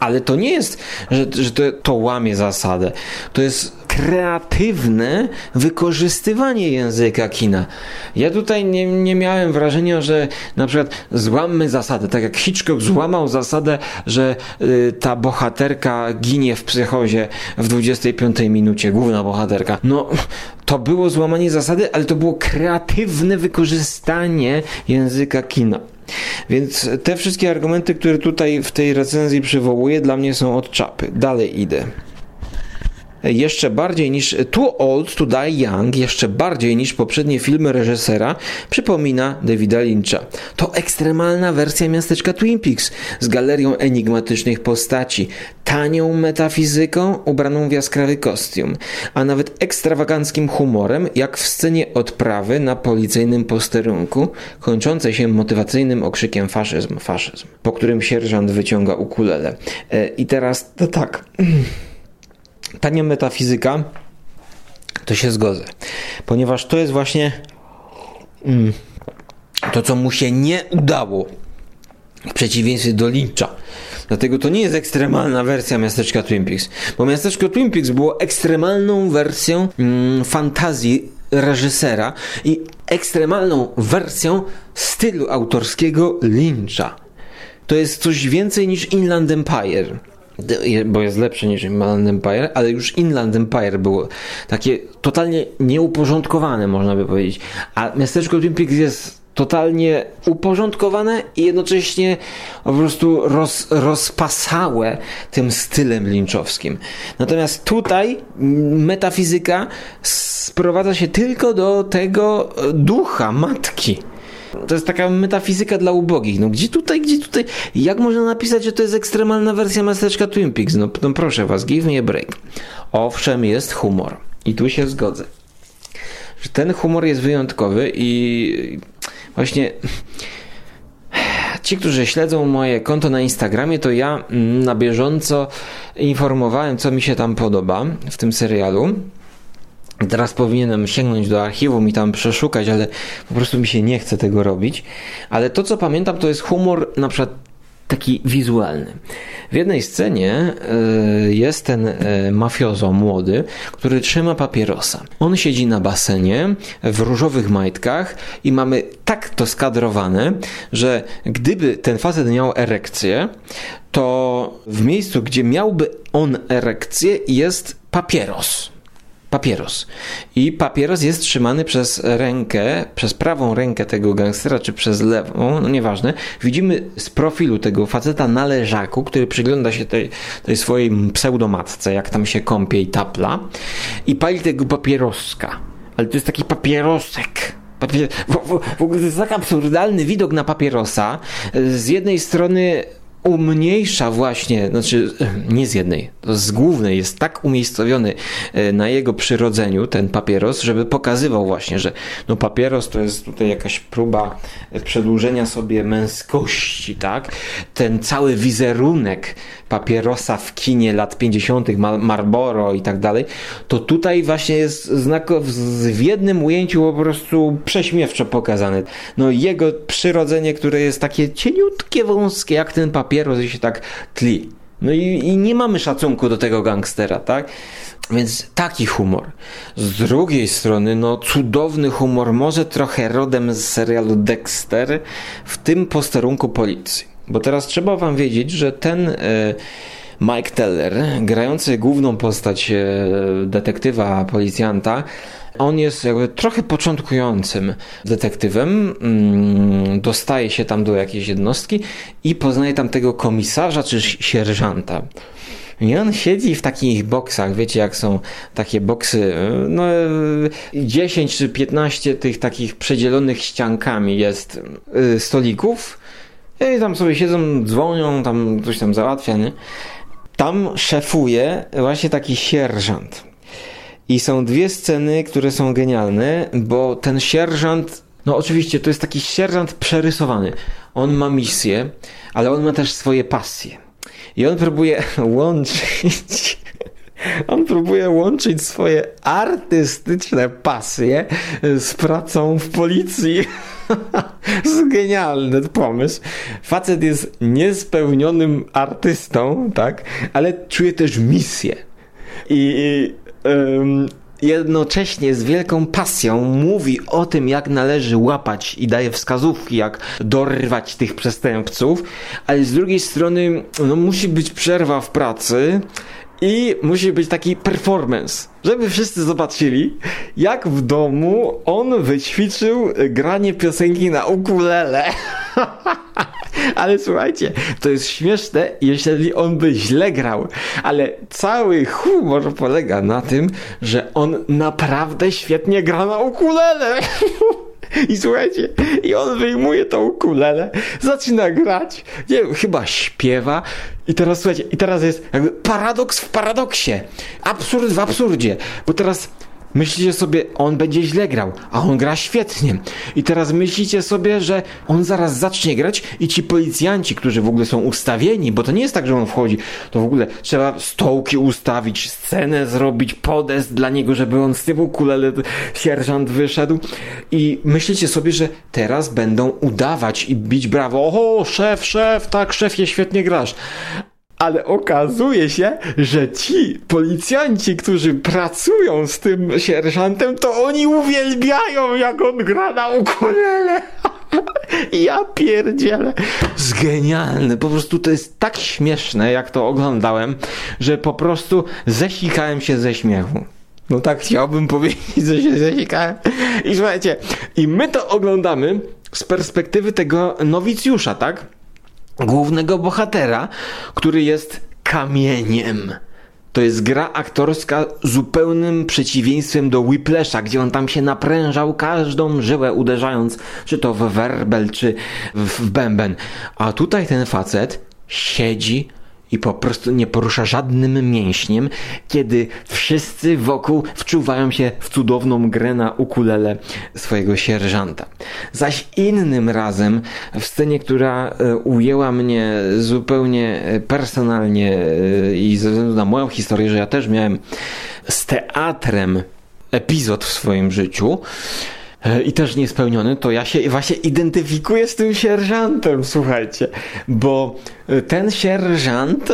Ale to nie jest, że, że to, to łamie zasadę. To jest kreatywne wykorzystywanie języka kina. Ja tutaj nie, nie miałem wrażenia, że na przykład złammy zasadę, tak jak Hitchcock złamał zasadę, że y, ta bohaterka ginie w psychozie w dwudziestej piątej minucie, główna bohaterka. No, to było złamanie zasady, ale to było kreatywne wykorzystanie języka kina. Więc te wszystkie argumenty, które tutaj w tej recenzji przywołuję, dla mnie są od czapy. Dalej idę. Jeszcze bardziej niż Too Old to Die Young, jeszcze bardziej niż poprzednie filmy reżysera, przypomina Davida Lyncha. To ekstremalna wersja miasteczka Twin Peaks z galerią enigmatycznych postaci, tanią metafizyką ubraną w jaskrawy kostium, a nawet ekstrawaganckim humorem, jak w scenie odprawy na policyjnym posterunku, kończącej się motywacyjnym okrzykiem faszyzm, faszyzm, po którym sierżant wyciąga ukulele. E, I teraz to tak... Tania metafizyka, to się zgodzę, ponieważ to jest właśnie mm, to, co mu się nie udało w przeciwieństwie do Lyncha. Dlatego to nie jest ekstremalna wersja miasteczka Twin Peaks, bo miasteczko Twin Peaks było ekstremalną wersją mm, fantazji reżysera i ekstremalną wersją stylu autorskiego Lyncha. To jest coś więcej niż Inland Empire. Bo jest lepsze niż Inland Empire, ale już Inland Empire było takie totalnie nieuporządkowane, można by powiedzieć. A miasteczko Twin Peaks jest totalnie uporządkowane i jednocześnie po prostu roz, rozpasałe tym stylem lynchowskim. Natomiast tutaj metafizyka sprowadza się tylko do tego ducha matki. To jest taka metafizyka dla ubogich. No gdzie tutaj, gdzie tutaj? Jak można napisać, że to jest ekstremalna wersja miasteczka Twin Peaks? No, no proszę was, give me a break. Owszem, jest humor. I tu się zgodzę. Że ten humor jest wyjątkowy i właśnie ci, którzy śledzą moje konto na Instagramie, to ja na bieżąco informowałem, co mi się tam podoba w tym serialu. Teraz powinienem sięgnąć do archiwum i tam przeszukać, ale po prostu mi się nie chce tego robić. Ale to, co pamiętam, to jest humor na przykład taki wizualny. W jednej scenie y, jest ten y, mafiozo młody, który trzyma papierosa. On siedzi na basenie w różowych majtkach i mamy tak to skadrowane, że gdyby ten facet miał erekcję, to w miejscu, gdzie miałby on erekcję, jest papieros. Papieros. I papieros jest trzymany przez rękę, przez prawą rękę tego gangstera, czy przez lewą, no nieważne. Widzimy z profilu tego faceta na leżaku, który przygląda się tej, tej swojej pseudomatce, jak tam się kąpie i tapla i pali tego papieroska. Ale to jest taki papierosek. Papier... W, w, w ogóle to jest tak absurdalny widok na papierosa. Z jednej strony umniejsza właśnie, znaczy nie z jednej, to z głównej jest tak umiejscowiony na jego przyrodzeniu ten papieros, żeby pokazywał właśnie, że no papieros to jest tutaj jakaś próba przedłużenia sobie męskości, tak? Ten cały wizerunek papierosa w kinie lat pięćdziesiątych, Marlboro i tak dalej, to tutaj właśnie jest znak w jednym ujęciu po prostu prześmiewczo pokazany. No jego przyrodzenie, które jest takie cieniutkie, wąskie, jak ten papieros i się tak tli. No i, i nie mamy szacunku do tego gangstera, tak? Więc taki humor. Z drugiej strony, no cudowny humor, może trochę rodem z serialu Dexter, w tym posterunku policji. Bo teraz trzeba wam wiedzieć, że ten e, Mike Teller, grający główną postać e, detektywa, policjanta, on jest jakby trochę początkującym detektywem, mm, dostaje się tam do jakiejś jednostki i poznaje tam tego komisarza czy sierżanta. I on siedzi w takich boksach, wiecie jak są takie boksy, no dziesięć czy piętnaście tych takich przedzielonych ściankami jest y, stolików i tam sobie siedzą, dzwonią, tam coś tam załatwia, nie? Tam szefuje właśnie taki sierżant. I są dwie sceny, które są genialne, bo ten sierżant, no oczywiście to jest taki sierżant przerysowany. On ma misję, ale on ma też swoje pasje. I on próbuje łączyć On próbuje łączyć swoje artystyczne pasje z pracą w policji. To jest genialny pomysł. Facet jest niespełnionym artystą, tak? Ale czuje też misję. I um, jednocześnie z wielką pasją mówi o tym, jak należy łapać i daje wskazówki, jak dorwać tych przestępców, ale z drugiej strony no, musi być przerwa w pracy i musi być taki performance, żeby wszyscy zobaczyli, jak w domu on wyćwiczył granie piosenki na ukulele. Ale słuchajcie, to jest śmieszne, jeżeli on by źle grał, ale cały humor polega na tym, że on naprawdę świetnie gra na ukulele. I słuchajcie, i on wyjmuje tą ukulele, zaczyna grać, nie wiem, chyba śpiewa i teraz słuchajcie, i teraz jest jakby paradoks w paradoksie, absurd w absurdzie, bo teraz myślicie sobie, on będzie źle grał, a on gra świetnie. I teraz myślicie sobie, że on zaraz zacznie grać i ci policjanci, którzy w ogóle są ustawieni, bo to nie jest tak, że on wchodzi, to w ogóle trzeba stołki ustawić, scenę zrobić, podest dla niego, żeby on z tym ukulele sierżant wyszedł. I myślicie sobie, że teraz będą udawać i bić brawo. Oho, szef, szef, tak, szefie, świetnie grasz. Ale okazuje się, że ci policjanci, którzy pracują z tym sierżantem, to oni uwielbiają, jak on gra na ukulele. Ja pierdzielę. Jest genialne. Po prostu to jest tak śmieszne, jak to oglądałem, że po prostu zesikałem się ze śmiechu. No tak chciałbym powiedzieć, że się zesikałem. I słuchajcie, i my to oglądamy z perspektywy tego nowicjusza, tak? Głównego bohatera, który jest kamieniem. To jest gra aktorska zupełnym przeciwieństwem do Whiplasha, gdzie on tam się naprężał każdą żyłę uderzając, czy to w werbel, czy w bęben. A tutaj ten facet siedzi i po prostu nie porusza żadnym mięśniem, kiedy wszyscy wokół wczuwają się w cudowną grę na ukulele swojego sierżanta. Zaś innym razem, w scenie, która ujęła mnie zupełnie personalnie i ze względu na moją historię, że ja też miałem z teatrem epizod w swoim życiu, i też niespełniony, to ja się właśnie identyfikuję z tym sierżantem, słuchajcie, bo ten sierżant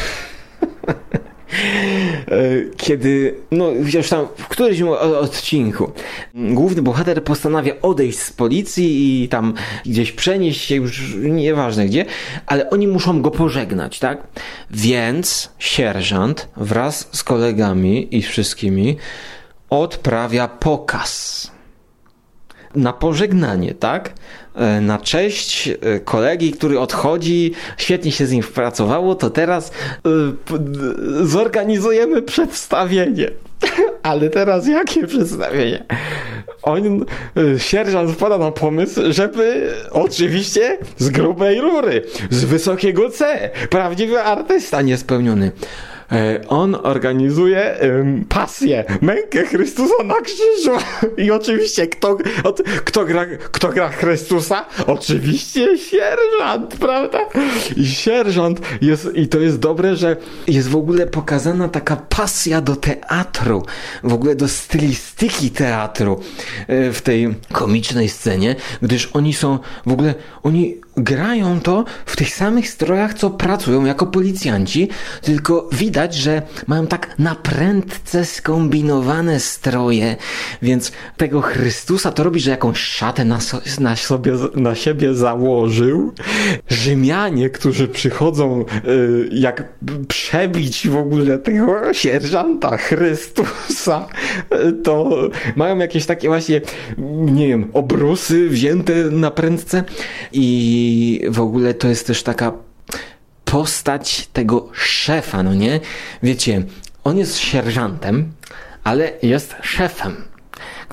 kiedy, no już tam w którymś odcinku główny bohater postanawia odejść z policji i tam gdzieś przenieść się, już nieważne gdzie, ale oni muszą go pożegnać, tak? Więc sierżant wraz z kolegami i wszystkimi odprawia pokaz na pożegnanie, tak? Na cześć kolegi, który odchodzi, świetnie się z nim pracowało, to teraz yy, zorganizujemy przedstawienie. Ale teraz jakie przedstawienie? On, sierżant wpada na pomysł, żeby oczywiście z grubej rury, z wysokiego C, prawdziwy artysta niespełniony. On organizuje um, pasję, mękę Chrystusa na krzyżu. I oczywiście kto, od, kto, gra, kto gra Chrystusa? Oczywiście sierżant, prawda? I sierżant jest, i to jest dobre, że jest w ogóle pokazana taka pasja do teatru, w ogóle do stylistyki teatru w tej komicznej scenie, gdyż oni są w ogóle, oni grają to w tych samych strojach, co pracują jako policjanci, tylko widać, że mają tak na prędce skombinowane stroje, więc tego Chrystusa to robi, że jakąś szatę na, so, na, sobie, na siebie założył. Rzymianie, którzy przychodzą y, jak przebić w ogóle tego sierżanta Chrystusa, y, to mają jakieś takie właśnie, nie wiem, obrusy wzięte na prędce i I w ogóle to jest też taka postać tego szefa, no nie? Wiecie, on jest sierżantem, ale jest szefem,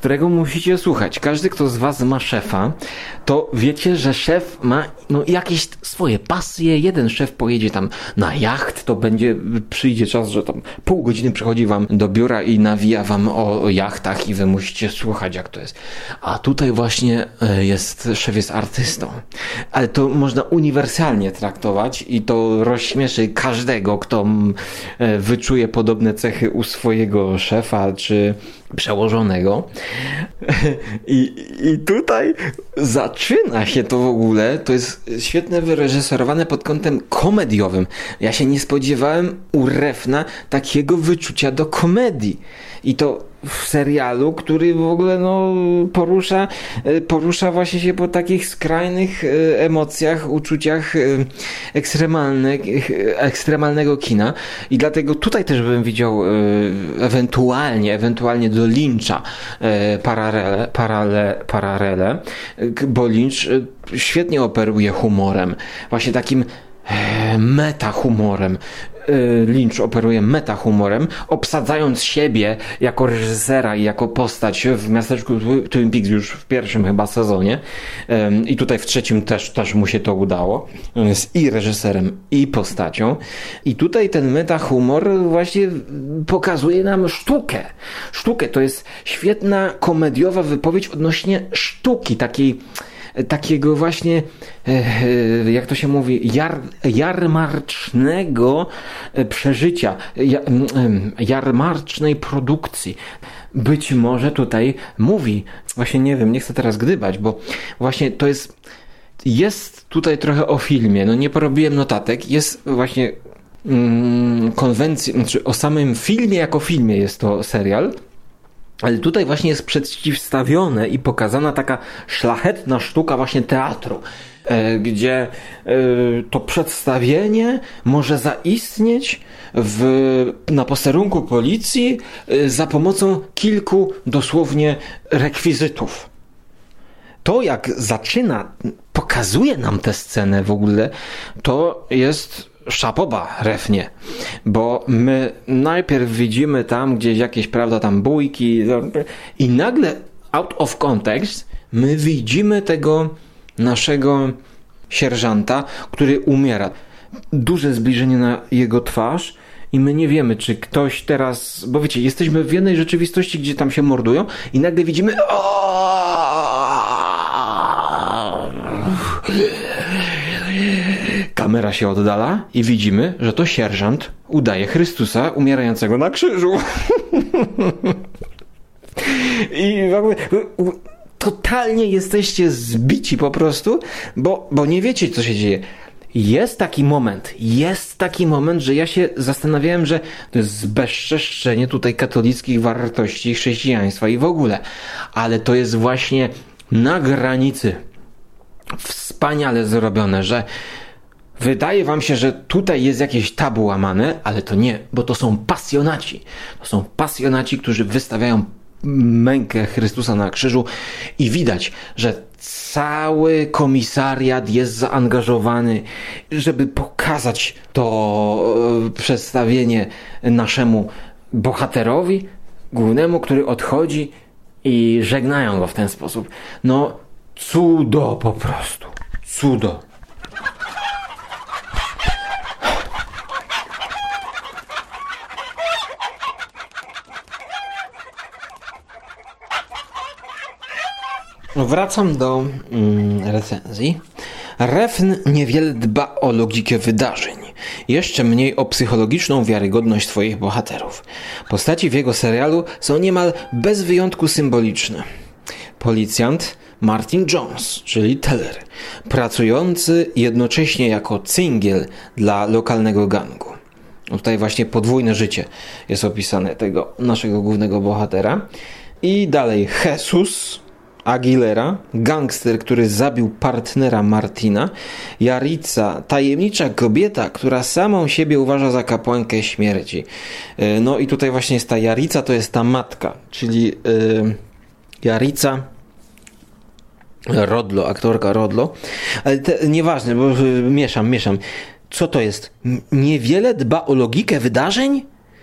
którego musicie słuchać. Każdy, kto z was ma szefa, to wiecie, że szef ma no, jakieś swoje pasje. Jeden szef pojedzie tam na jacht, to będzie, przyjdzie czas, że tam pół godziny przychodzi wam do biura i nawija wam o, o jachtach i wy musicie słuchać, jak to jest. A tutaj właśnie jest, szef jest artystą. Ale to można uniwersalnie traktować i to rozśmieszy każdego, kto wyczuje podobne cechy u swojego szefa czy przełożonego. I, I tutaj zaczyna się to w ogóle, to jest świetnie wyreżyserowane pod kątem komediowym. Ja się nie spodziewałem u Refna takiego wyczucia do komedii. I to w serialu, który w ogóle no, porusza, porusza właśnie się po takich skrajnych emocjach, uczuciach ekstremalnych, ekstremalnego kina. I dlatego tutaj też bym widział ewentualnie, ewentualnie do Lyncha paralele, parale, paralele, bo Lynch świetnie operuje humorem. Właśnie takim metahumorem. Lynch operuje metahumorem, obsadzając siebie jako reżysera i jako postać w miasteczku Twin Peaks już w pierwszym chyba sezonie i tutaj w trzecim też, też mu się to udało. On jest i reżyserem, i postacią i tutaj ten metahumor właśnie pokazuje nam sztukę. Sztukę to jest świetna komediowa wypowiedź odnośnie sztuki, takiej takiego właśnie, jak to się mówi, jar, jarmarcznego przeżycia, jarmarcznej produkcji. Być może tutaj mówi, właśnie nie wiem, nie chcę teraz gdybać, bo właśnie to jest, jest tutaj trochę o filmie, no nie porobiłem notatek, jest właśnie mm, konwencji, znaczy o samym filmie jako filmie jest to serial. Ale tutaj właśnie jest przeciwstawione i pokazana taka szlachetna sztuka właśnie teatru, gdzie to przedstawienie może zaistnieć w, na posterunku policji za pomocą kilku dosłownie rekwizytów. To jak zaczyna, pokazuje nam tę scenę w ogóle, to jest szapoba, Refnie, bo my najpierw widzimy tam gdzieś jakieś, prawda, tam bójki i nagle out of context my widzimy tego naszego sierżanta, który umiera. Duże zbliżenie na jego twarz i my nie wiemy, czy ktoś teraz, bo wiecie, jesteśmy w jednej rzeczywistości, gdzie tam się mordują i nagle widzimy kamera się oddala i widzimy, że to sierżant udaje Chrystusa umierającego na krzyżu. I w ogóle totalnie jesteście zbici po prostu, bo, bo nie wiecie, co się dzieje. Jest taki moment, jest taki moment, że ja się zastanawiałem, że to jest zbezczeszczenie tutaj katolickich wartości chrześcijaństwa i w ogóle. Ale to jest właśnie na granicy wspaniale zrobione, że wydaje wam się, że tutaj jest jakieś tabu łamane, ale to nie, bo to są pasjonaci. To są pasjonaci, którzy wystawiają mękę Chrystusa na krzyżu i widać, że cały komisariat jest zaangażowany, żeby pokazać to przedstawienie naszemu bohaterowi głównemu, który odchodzi i żegnają go w ten sposób. No, cudo po prostu. Cudo. Wracam do mm, recenzji. Refn niewiele dba o logikę wydarzeń, jeszcze mniej o psychologiczną wiarygodność swoich bohaterów. Postaci w jego serialu są niemal bez wyjątku symboliczne. Policjant Martin Jones, czyli Teller, pracujący jednocześnie jako cyngiel dla lokalnego gangu. Tutaj właśnie podwójne życie jest opisane tego naszego głównego bohatera. I dalej Jesus Aguilera, gangster, który zabił partnera Martina, Jarica, tajemnicza kobieta, która samą siebie uważa za kapłankę śmierci. No i tutaj właśnie jest ta Jarica, to jest ta matka, czyli yy, Jarica Rodlo, aktorka Rodlo, ale te, nieważne, bo yy, mieszam, mieszam. Co to jest? Niewiele dba o logikę wydarzeń?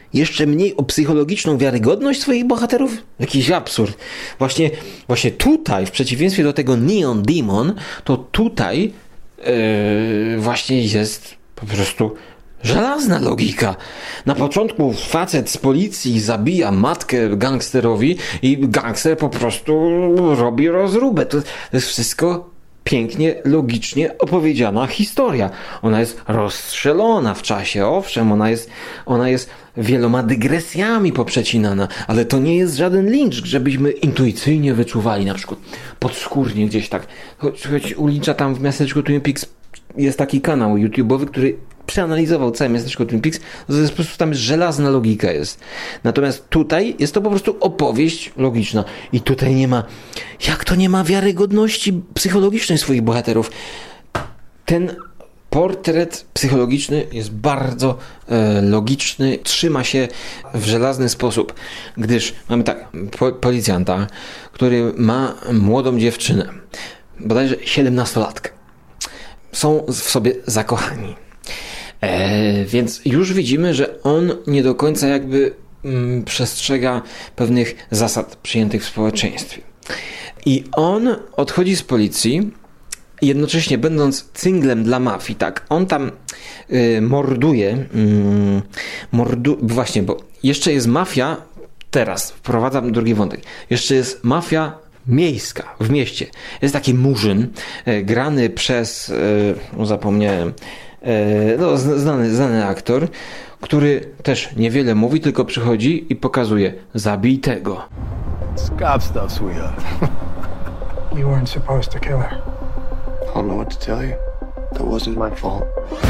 jeszcze mniej o psychologiczną wiarygodność swoich bohaterów? Jakiś absurd. Właśnie, właśnie tutaj, w przeciwieństwie do tego Neon Demon, to tutaj yy, właśnie jest po prostu żelazna logika. Na początku facet z policji zabija matkę gangsterowi i gangster po prostu robi rozróbę. To jest wszystko pięknie, logicznie opowiedziana historia. Ona jest rozstrzelona w czasie, owszem, ona jest, ona jest wieloma dygresjami poprzecinana, ale to nie jest żaden lincz, żebyśmy intuicyjnie wyczuwali, na przykład podskórnie gdzieś tak. Choć, choć ulicza tam w miasteczku Twin Peaks jest taki kanał YouTube'owy, który przeanalizował całe miasteczko Twin Peaks, to jest po prostu tam żelazna logika jest. Natomiast tutaj jest to po prostu opowieść logiczna. I tutaj nie ma, jak to nie ma wiarygodności psychologicznej swoich bohaterów. Ten portret psychologiczny jest bardzo e, logiczny, trzyma się w żelazny sposób, gdyż mamy tak, po, policjanta, który ma młodą dziewczynę, bodajże siedemnastolatkę. Są w sobie zakochani. E, więc już widzimy, że on nie do końca jakby mm, przestrzega pewnych zasad przyjętych w społeczeństwie. I on odchodzi z policji, jednocześnie będąc cynglem dla mafii, tak, on tam y, morduje, y, mordu, właśnie, bo jeszcze jest mafia, teraz wprowadzam drugi wątek, jeszcze jest mafia miejska, w mieście. Jest taki murzyn, y, grany przez, y, no zapomniałem, no, znany, znany aktor, który też niewiele mówi, tylko przychodzi i pokazuje: zabij tego. Scab stuff, sweetheart. You weren't supposed to kill her. I don't know what to tell you. That wasn't my fault.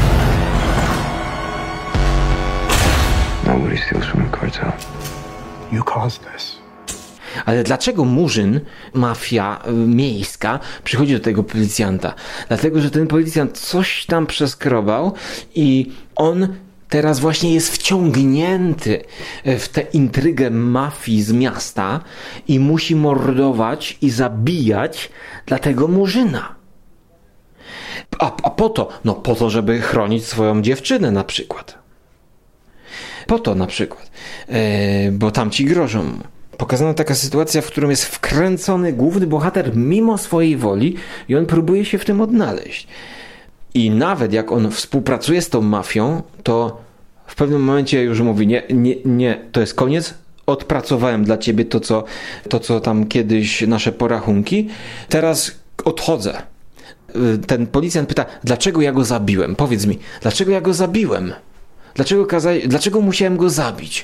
Nobody steals from the cartel. You caused this. Ale dlaczego murzyn, mafia miejska, przychodzi do tego policjanta? Dlatego, że ten policjant coś tam przeskrobał i on teraz właśnie jest wciągnięty w tę intrygę mafii z miasta i musi mordować i zabijać dla tego murzyna. A, a po to? No po to, żeby chronić swoją dziewczynę na przykład. Po to na przykład. Yy, bo tam ci grożą mu. Pokazana taka sytuacja, w którą jest wkręcony główny bohater mimo swojej woli i on próbuje się w tym odnaleźć. I nawet jak on współpracuje z tą mafią, to w pewnym momencie już mówi: nie, nie, nie, to jest koniec, odpracowałem dla ciebie to co, to, co tam kiedyś nasze porachunki, teraz odchodzę. Ten policjant pyta: dlaczego ja go zabiłem? Powiedz mi, dlaczego ja go zabiłem? Dlaczego, kaza- dlaczego musiałem go zabić?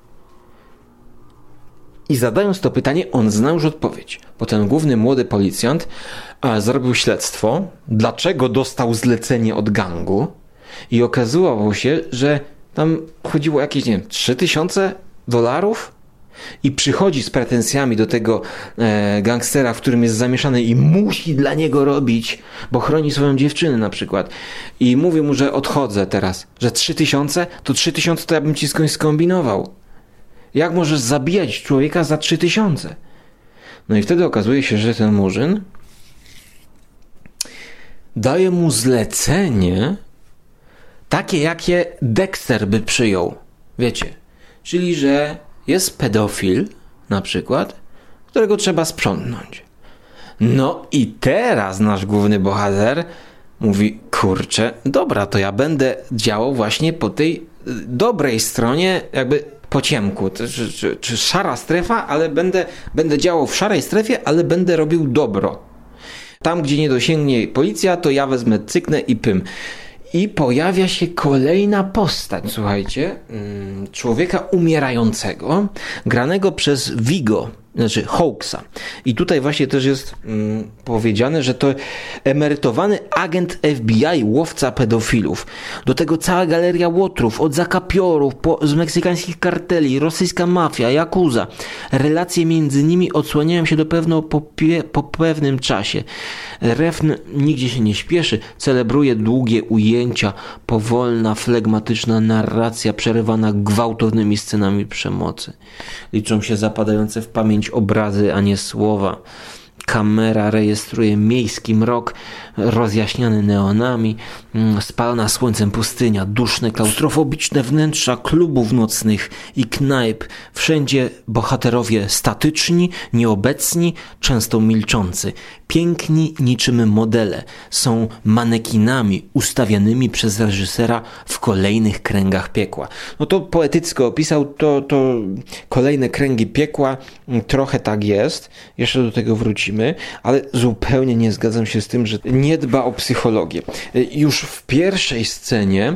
I zadając to pytanie, on znał już odpowiedź. Bo ten główny młody policjant a, zrobił śledztwo, dlaczego dostał zlecenie od gangu i okazało się, że tam chodziło o jakieś, nie wiem, trzy tysiące dolarów i przychodzi z pretensjami do tego e, gangstera, w którym jest zamieszany i musi dla niego robić, bo chroni swoją dziewczynę na przykład. I mówi mu, że odchodzę teraz, że trzy tysiące, to trzy tysiące to ja bym ci skądś skombinował. Jak możesz zabijać człowieka za trzy tysiące? No i wtedy okazuje się, że ten murzyn daje mu zlecenie takie, jakie Dexter by przyjął. Wiecie, czyli że jest pedofil na przykład, którego trzeba sprzątnąć. No i teraz nasz główny bohater mówi: kurczę, dobra, to ja będę działał właśnie po tej dobrej stronie, jakby po ciemku, czy, czy, czy szara strefa, ale będę, będę działał w szarej strefie, ale będę robił dobro. Tam, gdzie nie dosięgnie policja, to ja wezmę, cyknę i pym. I pojawia się kolejna postać, słuchajcie, człowieka umierającego, granego przez Vigo, znaczy Hawksa. I tutaj właśnie też jest mm, powiedziane, że to emerytowany agent F B I, łowca pedofilów. Do tego cała galeria łotrów, od zakapiorów, po, z meksykańskich karteli, rosyjska mafia, jakuza. Relacje między nimi odsłaniają się dopiero po, po pewnym czasie. Refn nigdzie się nie śpieszy, celebruje długie ujęcia, powolna, flegmatyczna narracja przerywana gwałtownymi scenami przemocy. Liczą się zapadające w pamięć obrazy, a nie słowa. Kamera rejestruje miejski mrok, rozjaśniany neonami, spalona słońcem pustynia, duszne, klaustrofobiczne wnętrza klubów nocnych i knajp. Wszędzie bohaterowie statyczni, nieobecni, często milczący. Piękni niczym modele. Są manekinami ustawianymi przez reżysera w kolejnych kręgach piekła. No to poetycko opisał, to, to kolejne kręgi piekła. Trochę tak jest. Jeszcze do tego wrócimy, ale zupełnie nie zgadzam się z tym, że nie dba o psychologię. Już w pierwszej scenie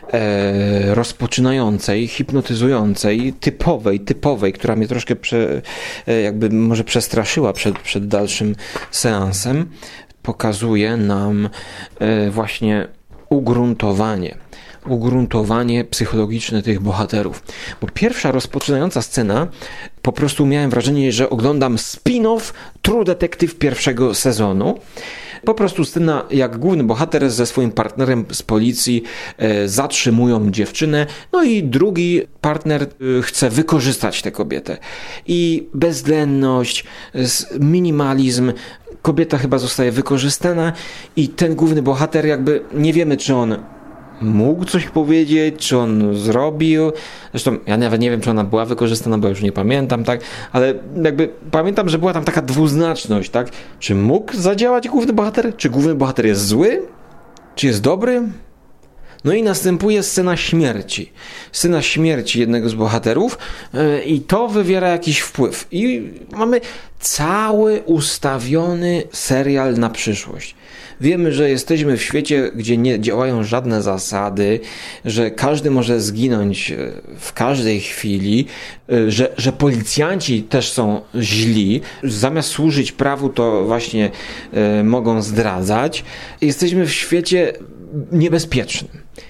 e, rozpoczynającej, hipnotyzującej, typowej, typowej, która mnie troszkę prze, e, jakby może przestraszyła przed, przed dalszym seansem, pokazuje nam e, właśnie ugruntowanie. ugruntowanie psychologiczne tych bohaterów. Bo pierwsza rozpoczynająca scena, po prostu miałem wrażenie, że oglądam spin-off True Detective pierwszego sezonu. Po prostu scena, jak główny bohater ze swoim partnerem z policji e, zatrzymują dziewczynę, no i drugi partner e, chce wykorzystać tę kobietę. I bezwzględność, minimalizm, kobieta chyba zostaje wykorzystana i ten główny bohater jakby, nie wiemy, czy on mógł coś powiedzieć, czy on zrobił. Zresztą ja nawet nie wiem, czy ona była wykorzystana, bo już nie pamiętam, tak? Ale jakby pamiętam, że była tam taka dwuznaczność, tak? Czy mógł zadziałać główny bohater? Czy główny bohater jest zły? Czy jest dobry? No i następuje scena śmierci. Scena śmierci jednego z bohaterów yy, i to wywiera jakiś wpływ. I mamy cały ustawiony serial na przyszłość. Wiemy, że jesteśmy w świecie, gdzie nie działają żadne zasady, że każdy może zginąć w każdej chwili, że, że policjanci też są źli. Zamiast służyć prawu, to właśnie y, mogą zdradzać. Jesteśmy w świecie niebezpiecznym.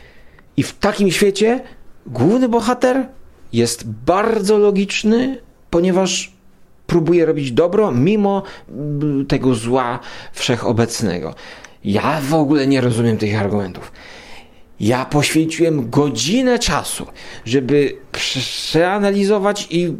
I w takim świecie główny bohater jest bardzo logiczny, ponieważ próbuje robić dobro mimo tego zła wszechobecnego. Ja w ogóle nie rozumiem tych argumentów. Ja poświęciłem godzinę czasu, żeby przeanalizować i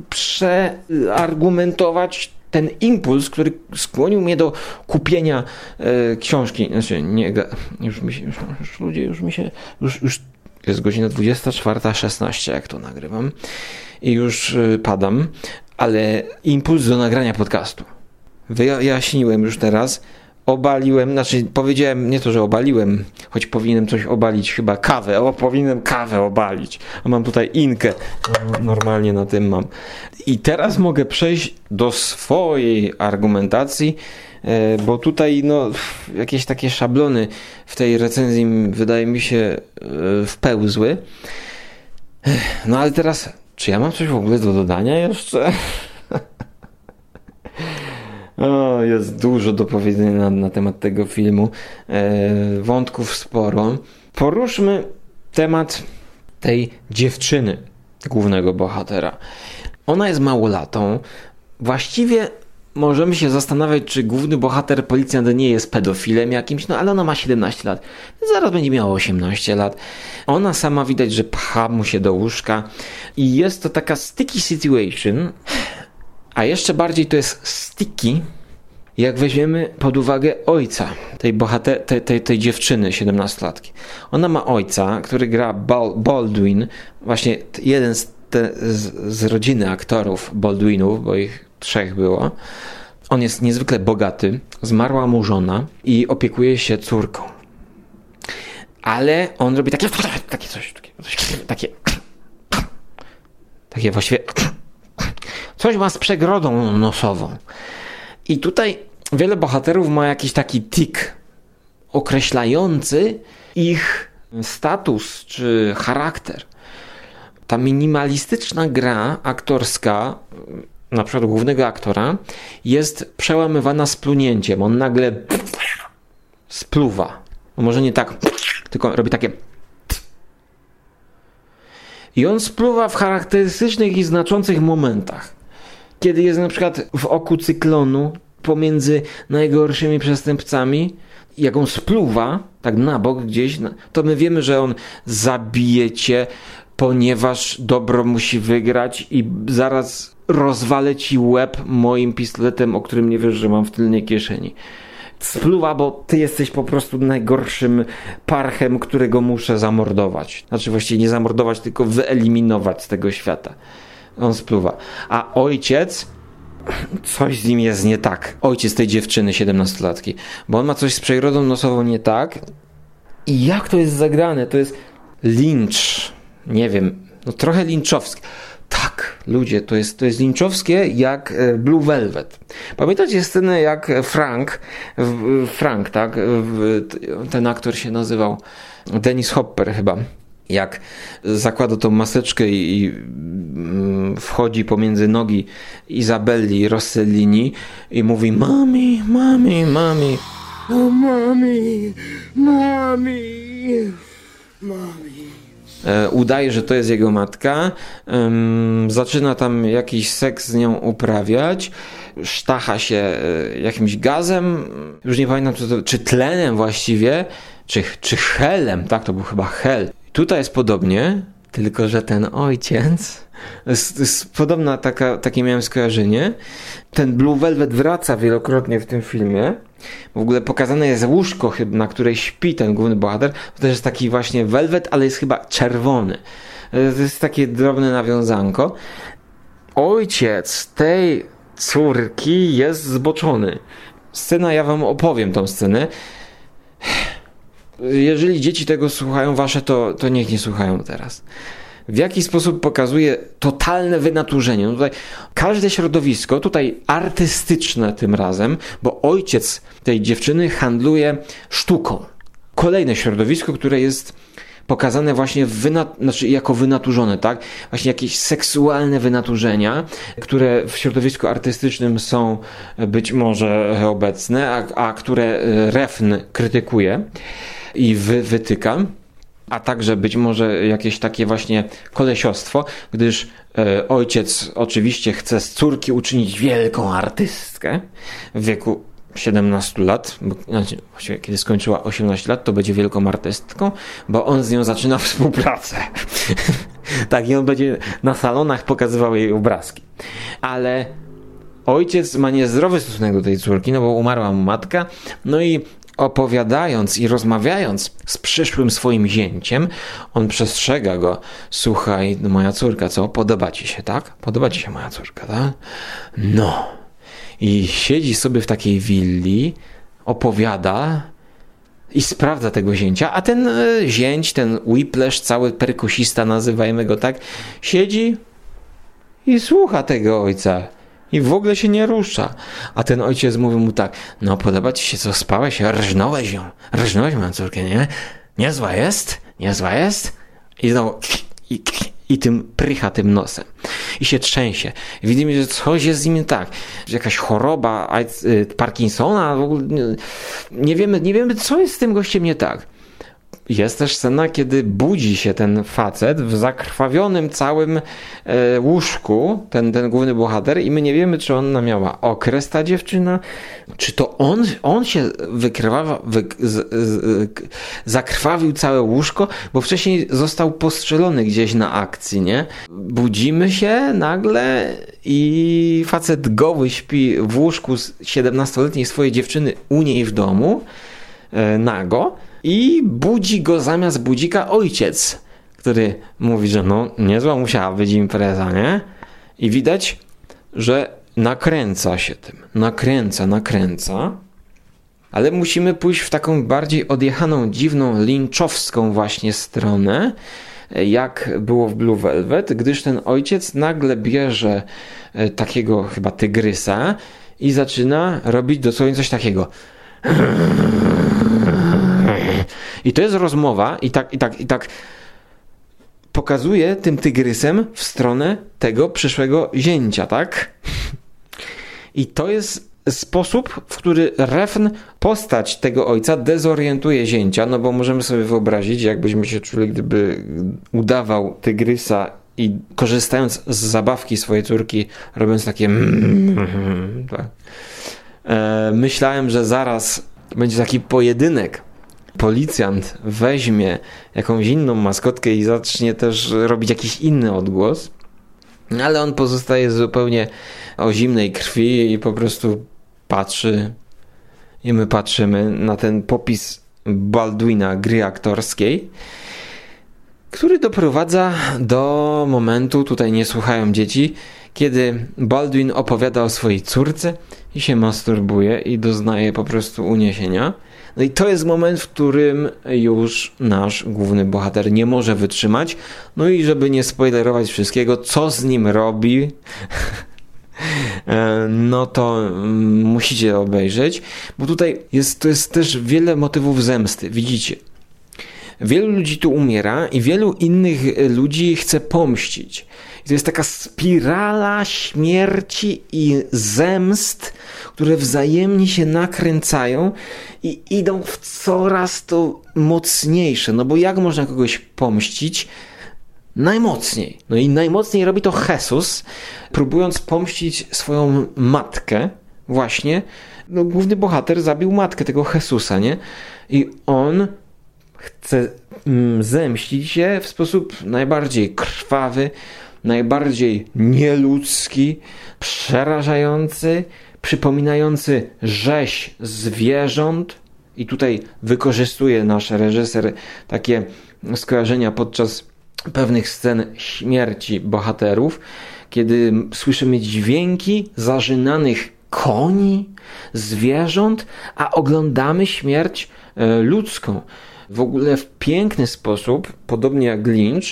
przeargumentować ten impuls, który skłonił mnie do kupienia e, książki. Znaczy, nie, już mi się, już, już ludzie, już mi się, już, już jest godzina dwudziesta czwarta szesnaście, jak to nagrywam i już e, padam, ale impuls do nagrania podcastu. Wyjaśniłem już teraz, obaliłem, znaczy powiedziałem nie to, że obaliłem, choć powinienem coś obalić, chyba kawę, o powinienem kawę obalić, a mam tutaj inkę, normalnie na tym mam. I teraz mogę przejść do swojej argumentacji, bo tutaj no jakieś takie szablony w tej recenzji wydaje mi się wpełzły. No ale teraz, czy ja mam coś w ogóle do dodania jeszcze? O, jest dużo do powiedzenia na, na temat tego filmu. E, wątków sporo. Poruszmy temat tej dziewczyny głównego bohatera. Ona jest małolatą. Właściwie możemy się zastanawiać, czy główny bohater, policjant, nie jest pedofilem jakimś, no ale ona ma siedemnaście lat. Zaraz będzie miała osiemnaście lat. Ona sama widać, że pcha mu się do łóżka i jest to taka sticky situation. A jeszcze bardziej to jest sticky, jak weźmiemy pod uwagę ojca tej, bohater- tej, tej, tej dziewczyny siedemnastolatki. Ona ma ojca, który gra Bal- Baldwin, właśnie jeden z, te, z, z rodziny aktorów Baldwinów, bo ich trzech było. On jest niezwykle bogaty, zmarła mu żona i opiekuje się córką. Ale on robi takie takie coś, takie, takie, takie właściwie coś ma z przegrodą nosową. I tutaj wiele bohaterów ma jakiś taki tik określający ich status czy charakter. Ta minimalistyczna gra aktorska, na przykład głównego aktora, jest przełamywana splunięciem. On nagle spluwa. No może nie tak, tylko robi takie. I on spluwa w charakterystycznych i znaczących momentach. Kiedy jest na przykład w oku cyklonu pomiędzy najgorszymi przestępcami, jak on spluwa tak na bok gdzieś, to my wiemy, że on zabije cię, ponieważ dobro musi wygrać i zaraz rozwalę ci łeb moim pistoletem, o którym nie wiesz, że mam w tylnej kieszeni. Spluwa, bo ty jesteś po prostu najgorszym parchem, którego muszę zamordować. Znaczy właściwie nie zamordować, tylko wyeliminować z tego świata. On spluwa. A ojciec, coś z nim jest nie tak. Ojciec tej dziewczyny, siedemnastolatki. Bo on ma coś z przegrodą nosową nie tak. I jak to jest zagrane? To jest lincz. Nie wiem, no trochę linczowskie. Tak, ludzie, to jest, to jest linczowskie jak Blue Velvet. Pamiętacie scenę jak Frank, Frank, tak? Ten aktor się nazywał Dennis Hopper chyba. Jak zakłada tą maseczkę i, i wchodzi pomiędzy nogi Izabelli Rossellini i mówi mami, mami, mami. O mami, mami, mami. E, udaje, że to jest jego matka. Um, zaczyna tam jakiś seks z nią uprawiać. Sztacha się e, jakimś gazem. Już nie pamiętam, czy, to, czy tlenem właściwie, czy, czy helem. Tak, to był chyba hel. Tutaj jest podobnie, tylko że ten ojciec, jest, jest podobna taka, takie miałem skojarzenie. Ten Blue Velvet wraca wielokrotnie w tym filmie. W ogóle pokazane jest łóżko, na której śpi ten główny bohater. To też jest taki właśnie velvet, ale jest chyba czerwony. To jest takie drobne nawiązanko. Ojciec tej córki jest zboczony. Scena, ja wam opowiem tą scenę. Jeżeli dzieci tego słuchają wasze, to, to niech nie słuchają teraz. W jaki sposób pokazuje totalne wynaturzenie. No tutaj każde środowisko, tutaj artystyczne tym razem, bo ojciec tej dziewczyny handluje sztuką. Kolejne środowisko, które jest pokazane właśnie wynat- znaczy jako wynaturzone, tak? Właśnie jakieś seksualne wynaturzenia, które w środowisku artystycznym są być może obecne, a, a które Refn krytykuje i wy- wytyka. A także być może jakieś takie właśnie kolesiostwo, gdyż e, ojciec oczywiście chce z córki uczynić wielką artystkę w wieku siedemnastu lat, bo, znaczy, kiedy skończyła osiemnaście lat, to będzie wielką artystką, bo on z nią zaczyna współpracę. Tak, i on będzie na salonach pokazywał jej obrazki. Ale ojciec ma niezdrowy stosunek do tej córki, no bo umarła mu matka, no i opowiadając i rozmawiając z przyszłym swoim zięciem, on przestrzega go. Słuchaj, no moja córka, co? Podoba ci się, tak? Podoba ci się moja córka, tak? No. I siedzi sobie w takiej willi, opowiada i sprawdza tego zięcia, a ten e, zięć, ten whiplash, cały perkusista, nazywajmy go tak, siedzi i słucha tego ojca. I w ogóle się nie rusza. A ten ojciec mówi mu tak, no podoba ci się, co spałeś? Rżnąłeś ją. Rżnąłeś moją córkę, nie? Niezła jest? Niezła jest? I znowu i, i tym prycha tym nosem. I się trzęsie. I widzimy, że coś jest z nim tak. Jakaś choroba Parkinsona. W ogóle nie, nie wiemy, nie wiemy, co jest z tym gościem nie tak. Jest też scena, kiedy budzi się ten facet w zakrwawionym całym e, łóżku, ten, ten główny bohater, i my nie wiemy, czy ona miała okres, ta dziewczyna, czy to on, on się wykrwawa, wy, z, z, zakrwawił całe łóżko, bo wcześniej został postrzelony gdzieś na akcji, nie? Budzimy się nagle i facet goły śpi w łóżku z siedemnastoletniej swojej dziewczyny u niej w domu, e, nago. I budzi go zamiast budzika ojciec, który mówi, że no niezła musiała być impreza, nie? I widać, że nakręca się tym. Nakręca, nakręca. Ale musimy pójść w taką bardziej odjechaną, dziwną, linczowską właśnie stronę, jak było w Blue Velvet, gdyż ten ojciec nagle bierze takiego chyba tygrysa i zaczyna robić dosłownie coś takiego. I to jest rozmowa i tak, i tak, i tak pokazuje tym tygrysem w stronę tego przyszłego zięcia, tak? I to jest sposób, w który Refn, postać tego ojca, dezorientuje zięcia, no bo możemy sobie wyobrazić, jakbyśmy się czuli, gdyby udawał tygrysa i korzystając z zabawki swojej córki, robiąc takie tak. e, myślałem, że zaraz będzie taki pojedynek. Policjant weźmie jakąś inną maskotkę i zacznie też robić jakiś inny odgłos. Ale on pozostaje zupełnie o zimnej krwi i po prostu patrzy i my patrzymy na ten popis Baldwina gry aktorskiej, który doprowadza do momentu, tutaj nie słuchają dzieci, kiedy Baldwin opowiada o swojej córce i się masturbuje i doznaje po prostu uniesienia. No i to jest moment, w którym już nasz główny bohater nie może wytrzymać. No i żeby nie spoilerować wszystkiego, co z nim robi, no to musicie obejrzeć, bo tutaj jest, to jest też wiele motywów zemsty, widzicie. Wielu ludzi tu umiera i wielu innych ludzi chce pomścić. I to jest taka spirala śmierci i zemst, które wzajemnie się nakręcają i idą w coraz to mocniejsze. No bo jak można kogoś pomścić? Najmocniej. No i najmocniej robi to Jesus, próbując pomścić swoją matkę. Właśnie, no główny bohater zabił matkę tego Jezusa, nie? I on chce mm, zemścić się w sposób najbardziej krwawy, najbardziej nieludzki, przerażający, przypominający rzeź zwierząt. I tutaj wykorzystuje nasz reżyser takie skojarzenia podczas pewnych scen śmierci bohaterów, kiedy słyszymy dźwięki zażynanych koni, zwierząt, a oglądamy śmierć e, ludzką. W ogóle w piękny sposób, podobnie jak Lynch,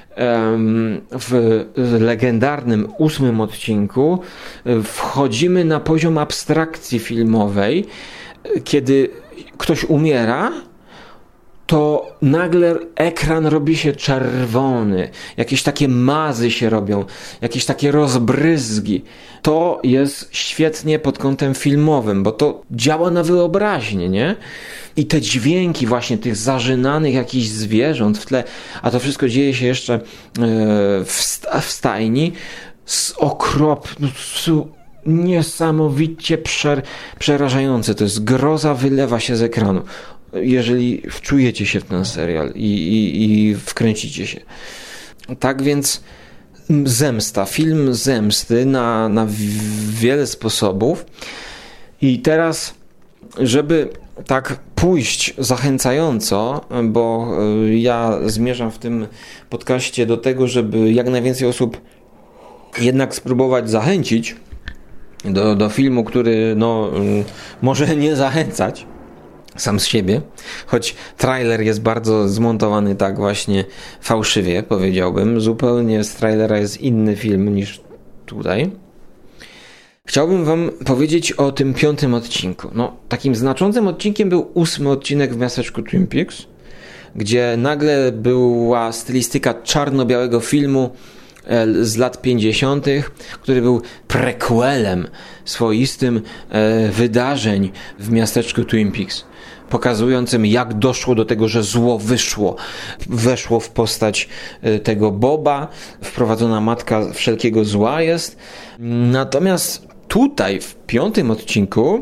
w legendarnym ósmym odcinku wchodzimy na poziom abstrakcji filmowej. Kiedy ktoś umiera, to nagle ekran robi się czerwony, jakieś takie mazy się robią, jakieś takie rozbryzgi. To jest świetnie pod kątem filmowym, bo to działa na wyobraźnię, nie? I te dźwięki właśnie tych zażynanych jakichś zwierząt w tle, a to wszystko dzieje się jeszcze w stajni, z okropną, niesamowicie przer- przerażające. To jest groza, wylewa się z ekranu. Jeżeli wczujecie się w ten serial i, i, i wkręcicie się. Tak więc zemsta, film zemsty na, na wiele sposobów. I teraz, żeby tak pójść zachęcająco, bo ja zmierzam w tym podcaście do tego, żeby jak najwięcej osób jednak spróbować zachęcić do, do filmu, który no, może nie zachęcać sam z siebie, choć trailer jest bardzo zmontowany tak właśnie fałszywie, powiedziałbym. Zupełnie z trailera jest inny film niż tutaj. Chciałbym wam powiedzieć o tym piątym odcinku. No, takim znaczącym odcinkiem był ósmy odcinek w miasteczku Twin Peaks, gdzie nagle była stylistyka czarno-białego filmu z lat pięćdziesiątych, który był prequelem swoistym wydarzeń w miasteczku Twin Peaks, pokazującym, jak doszło do tego, że zło wyszło, weszło w postać tego Boba, wprowadzona matka wszelkiego zła jest. Natomiast tutaj w piątym odcinku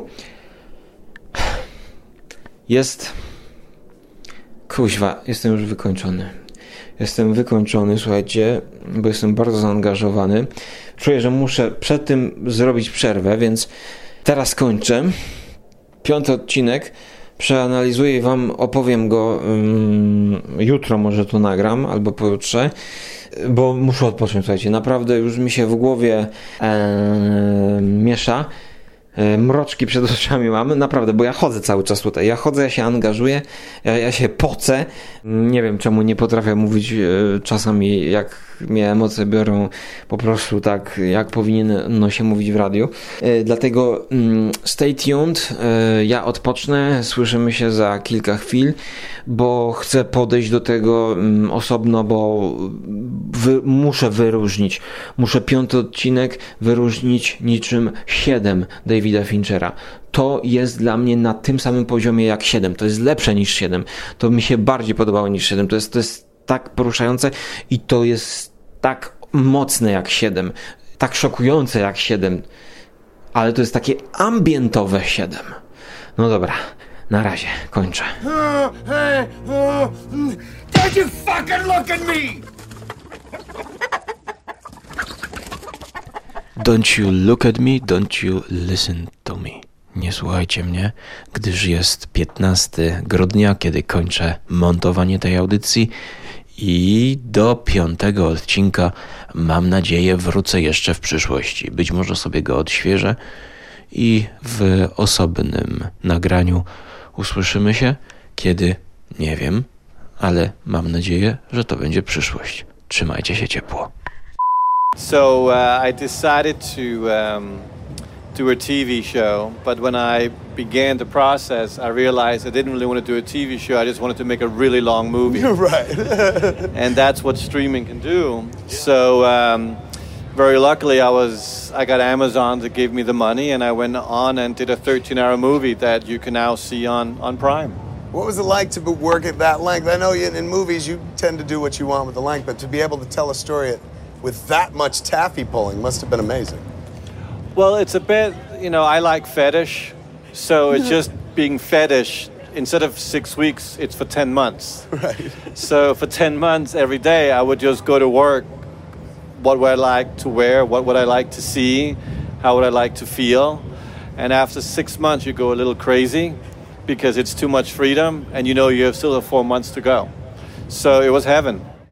jest... Kuźwa, jestem już wykończony. Jestem wykończony, słuchajcie, bo jestem bardzo zaangażowany. Czuję, że muszę przed tym zrobić przerwę, więc teraz kończę. Piąty odcinek. Przeanalizuję i wam opowiem go um, jutro, może to nagram, albo pojutrze, bo muszę odpocząć, słuchajcie. Naprawdę już mi się w głowie e, miesza. Mroczki przed oczami mamy, naprawdę, bo ja chodzę cały czas tutaj, ja chodzę, ja się angażuję, ja, ja się pocę, nie wiem czemu nie potrafię mówić e, czasami, jak mnie emocje biorą po prostu tak, jak powinno się mówić w radiu, e, dlatego mm, stay tuned, e, ja odpocznę, słyszymy się za kilka chwil, bo chcę podejść do tego mm, osobno, bo wy, muszę wyróżnić, muszę piąty odcinek wyróżnić niczym siedem Davida Finchera. To jest dla mnie na tym samym poziomie jak siedem. To jest lepsze niż siedem. To mi się bardziej podobało niż siedem. To jest, to jest tak poruszające i to jest tak mocne jak siedem. Tak szokujące jak siedem. Ale to jest takie ambientowe siedem. No dobra, na razie, kończę. Oh, hey, oh, don't you fucking look at me! Don't you look at me, don't you listen to me. Nie słuchajcie mnie, gdyż jest piętnastego grudnia, kiedy kończę montowanie tej audycji i do piątego odcinka, mam nadzieję, wrócę jeszcze w przyszłości. Być może sobie go odświeżę i w osobnym nagraniu usłyszymy się, kiedy, nie wiem, ale mam nadzieję, że to będzie przyszłość. Trzymajcie się ciepło. So uh, I decided to um, do a T V show, but when I began the process, I realized I didn't really want to do a T V show. I just wanted to make a really long movie. You're right. And that's what streaming can do. So um, very luckily, I was I got Amazon to give me the money, and I went on and did a thirteen-hour movie that you can now see on on Prime. What was it like to work at that length? I know in, in movies you tend to do what you want with the length, but to be able to tell a story at, with that much taffy pulling must have been amazing. Well, it's a bit, you know, I like fetish, so it's just being fetish. Instead of six weeks, it's for ten months. Right. So for ten months, every day, I would just go to work. What would I like to wear? What would I like to see? How would I like to feel? And after six months, you go a little crazy because it's too much freedom, and you know you have still have four months to go. So it was heaven.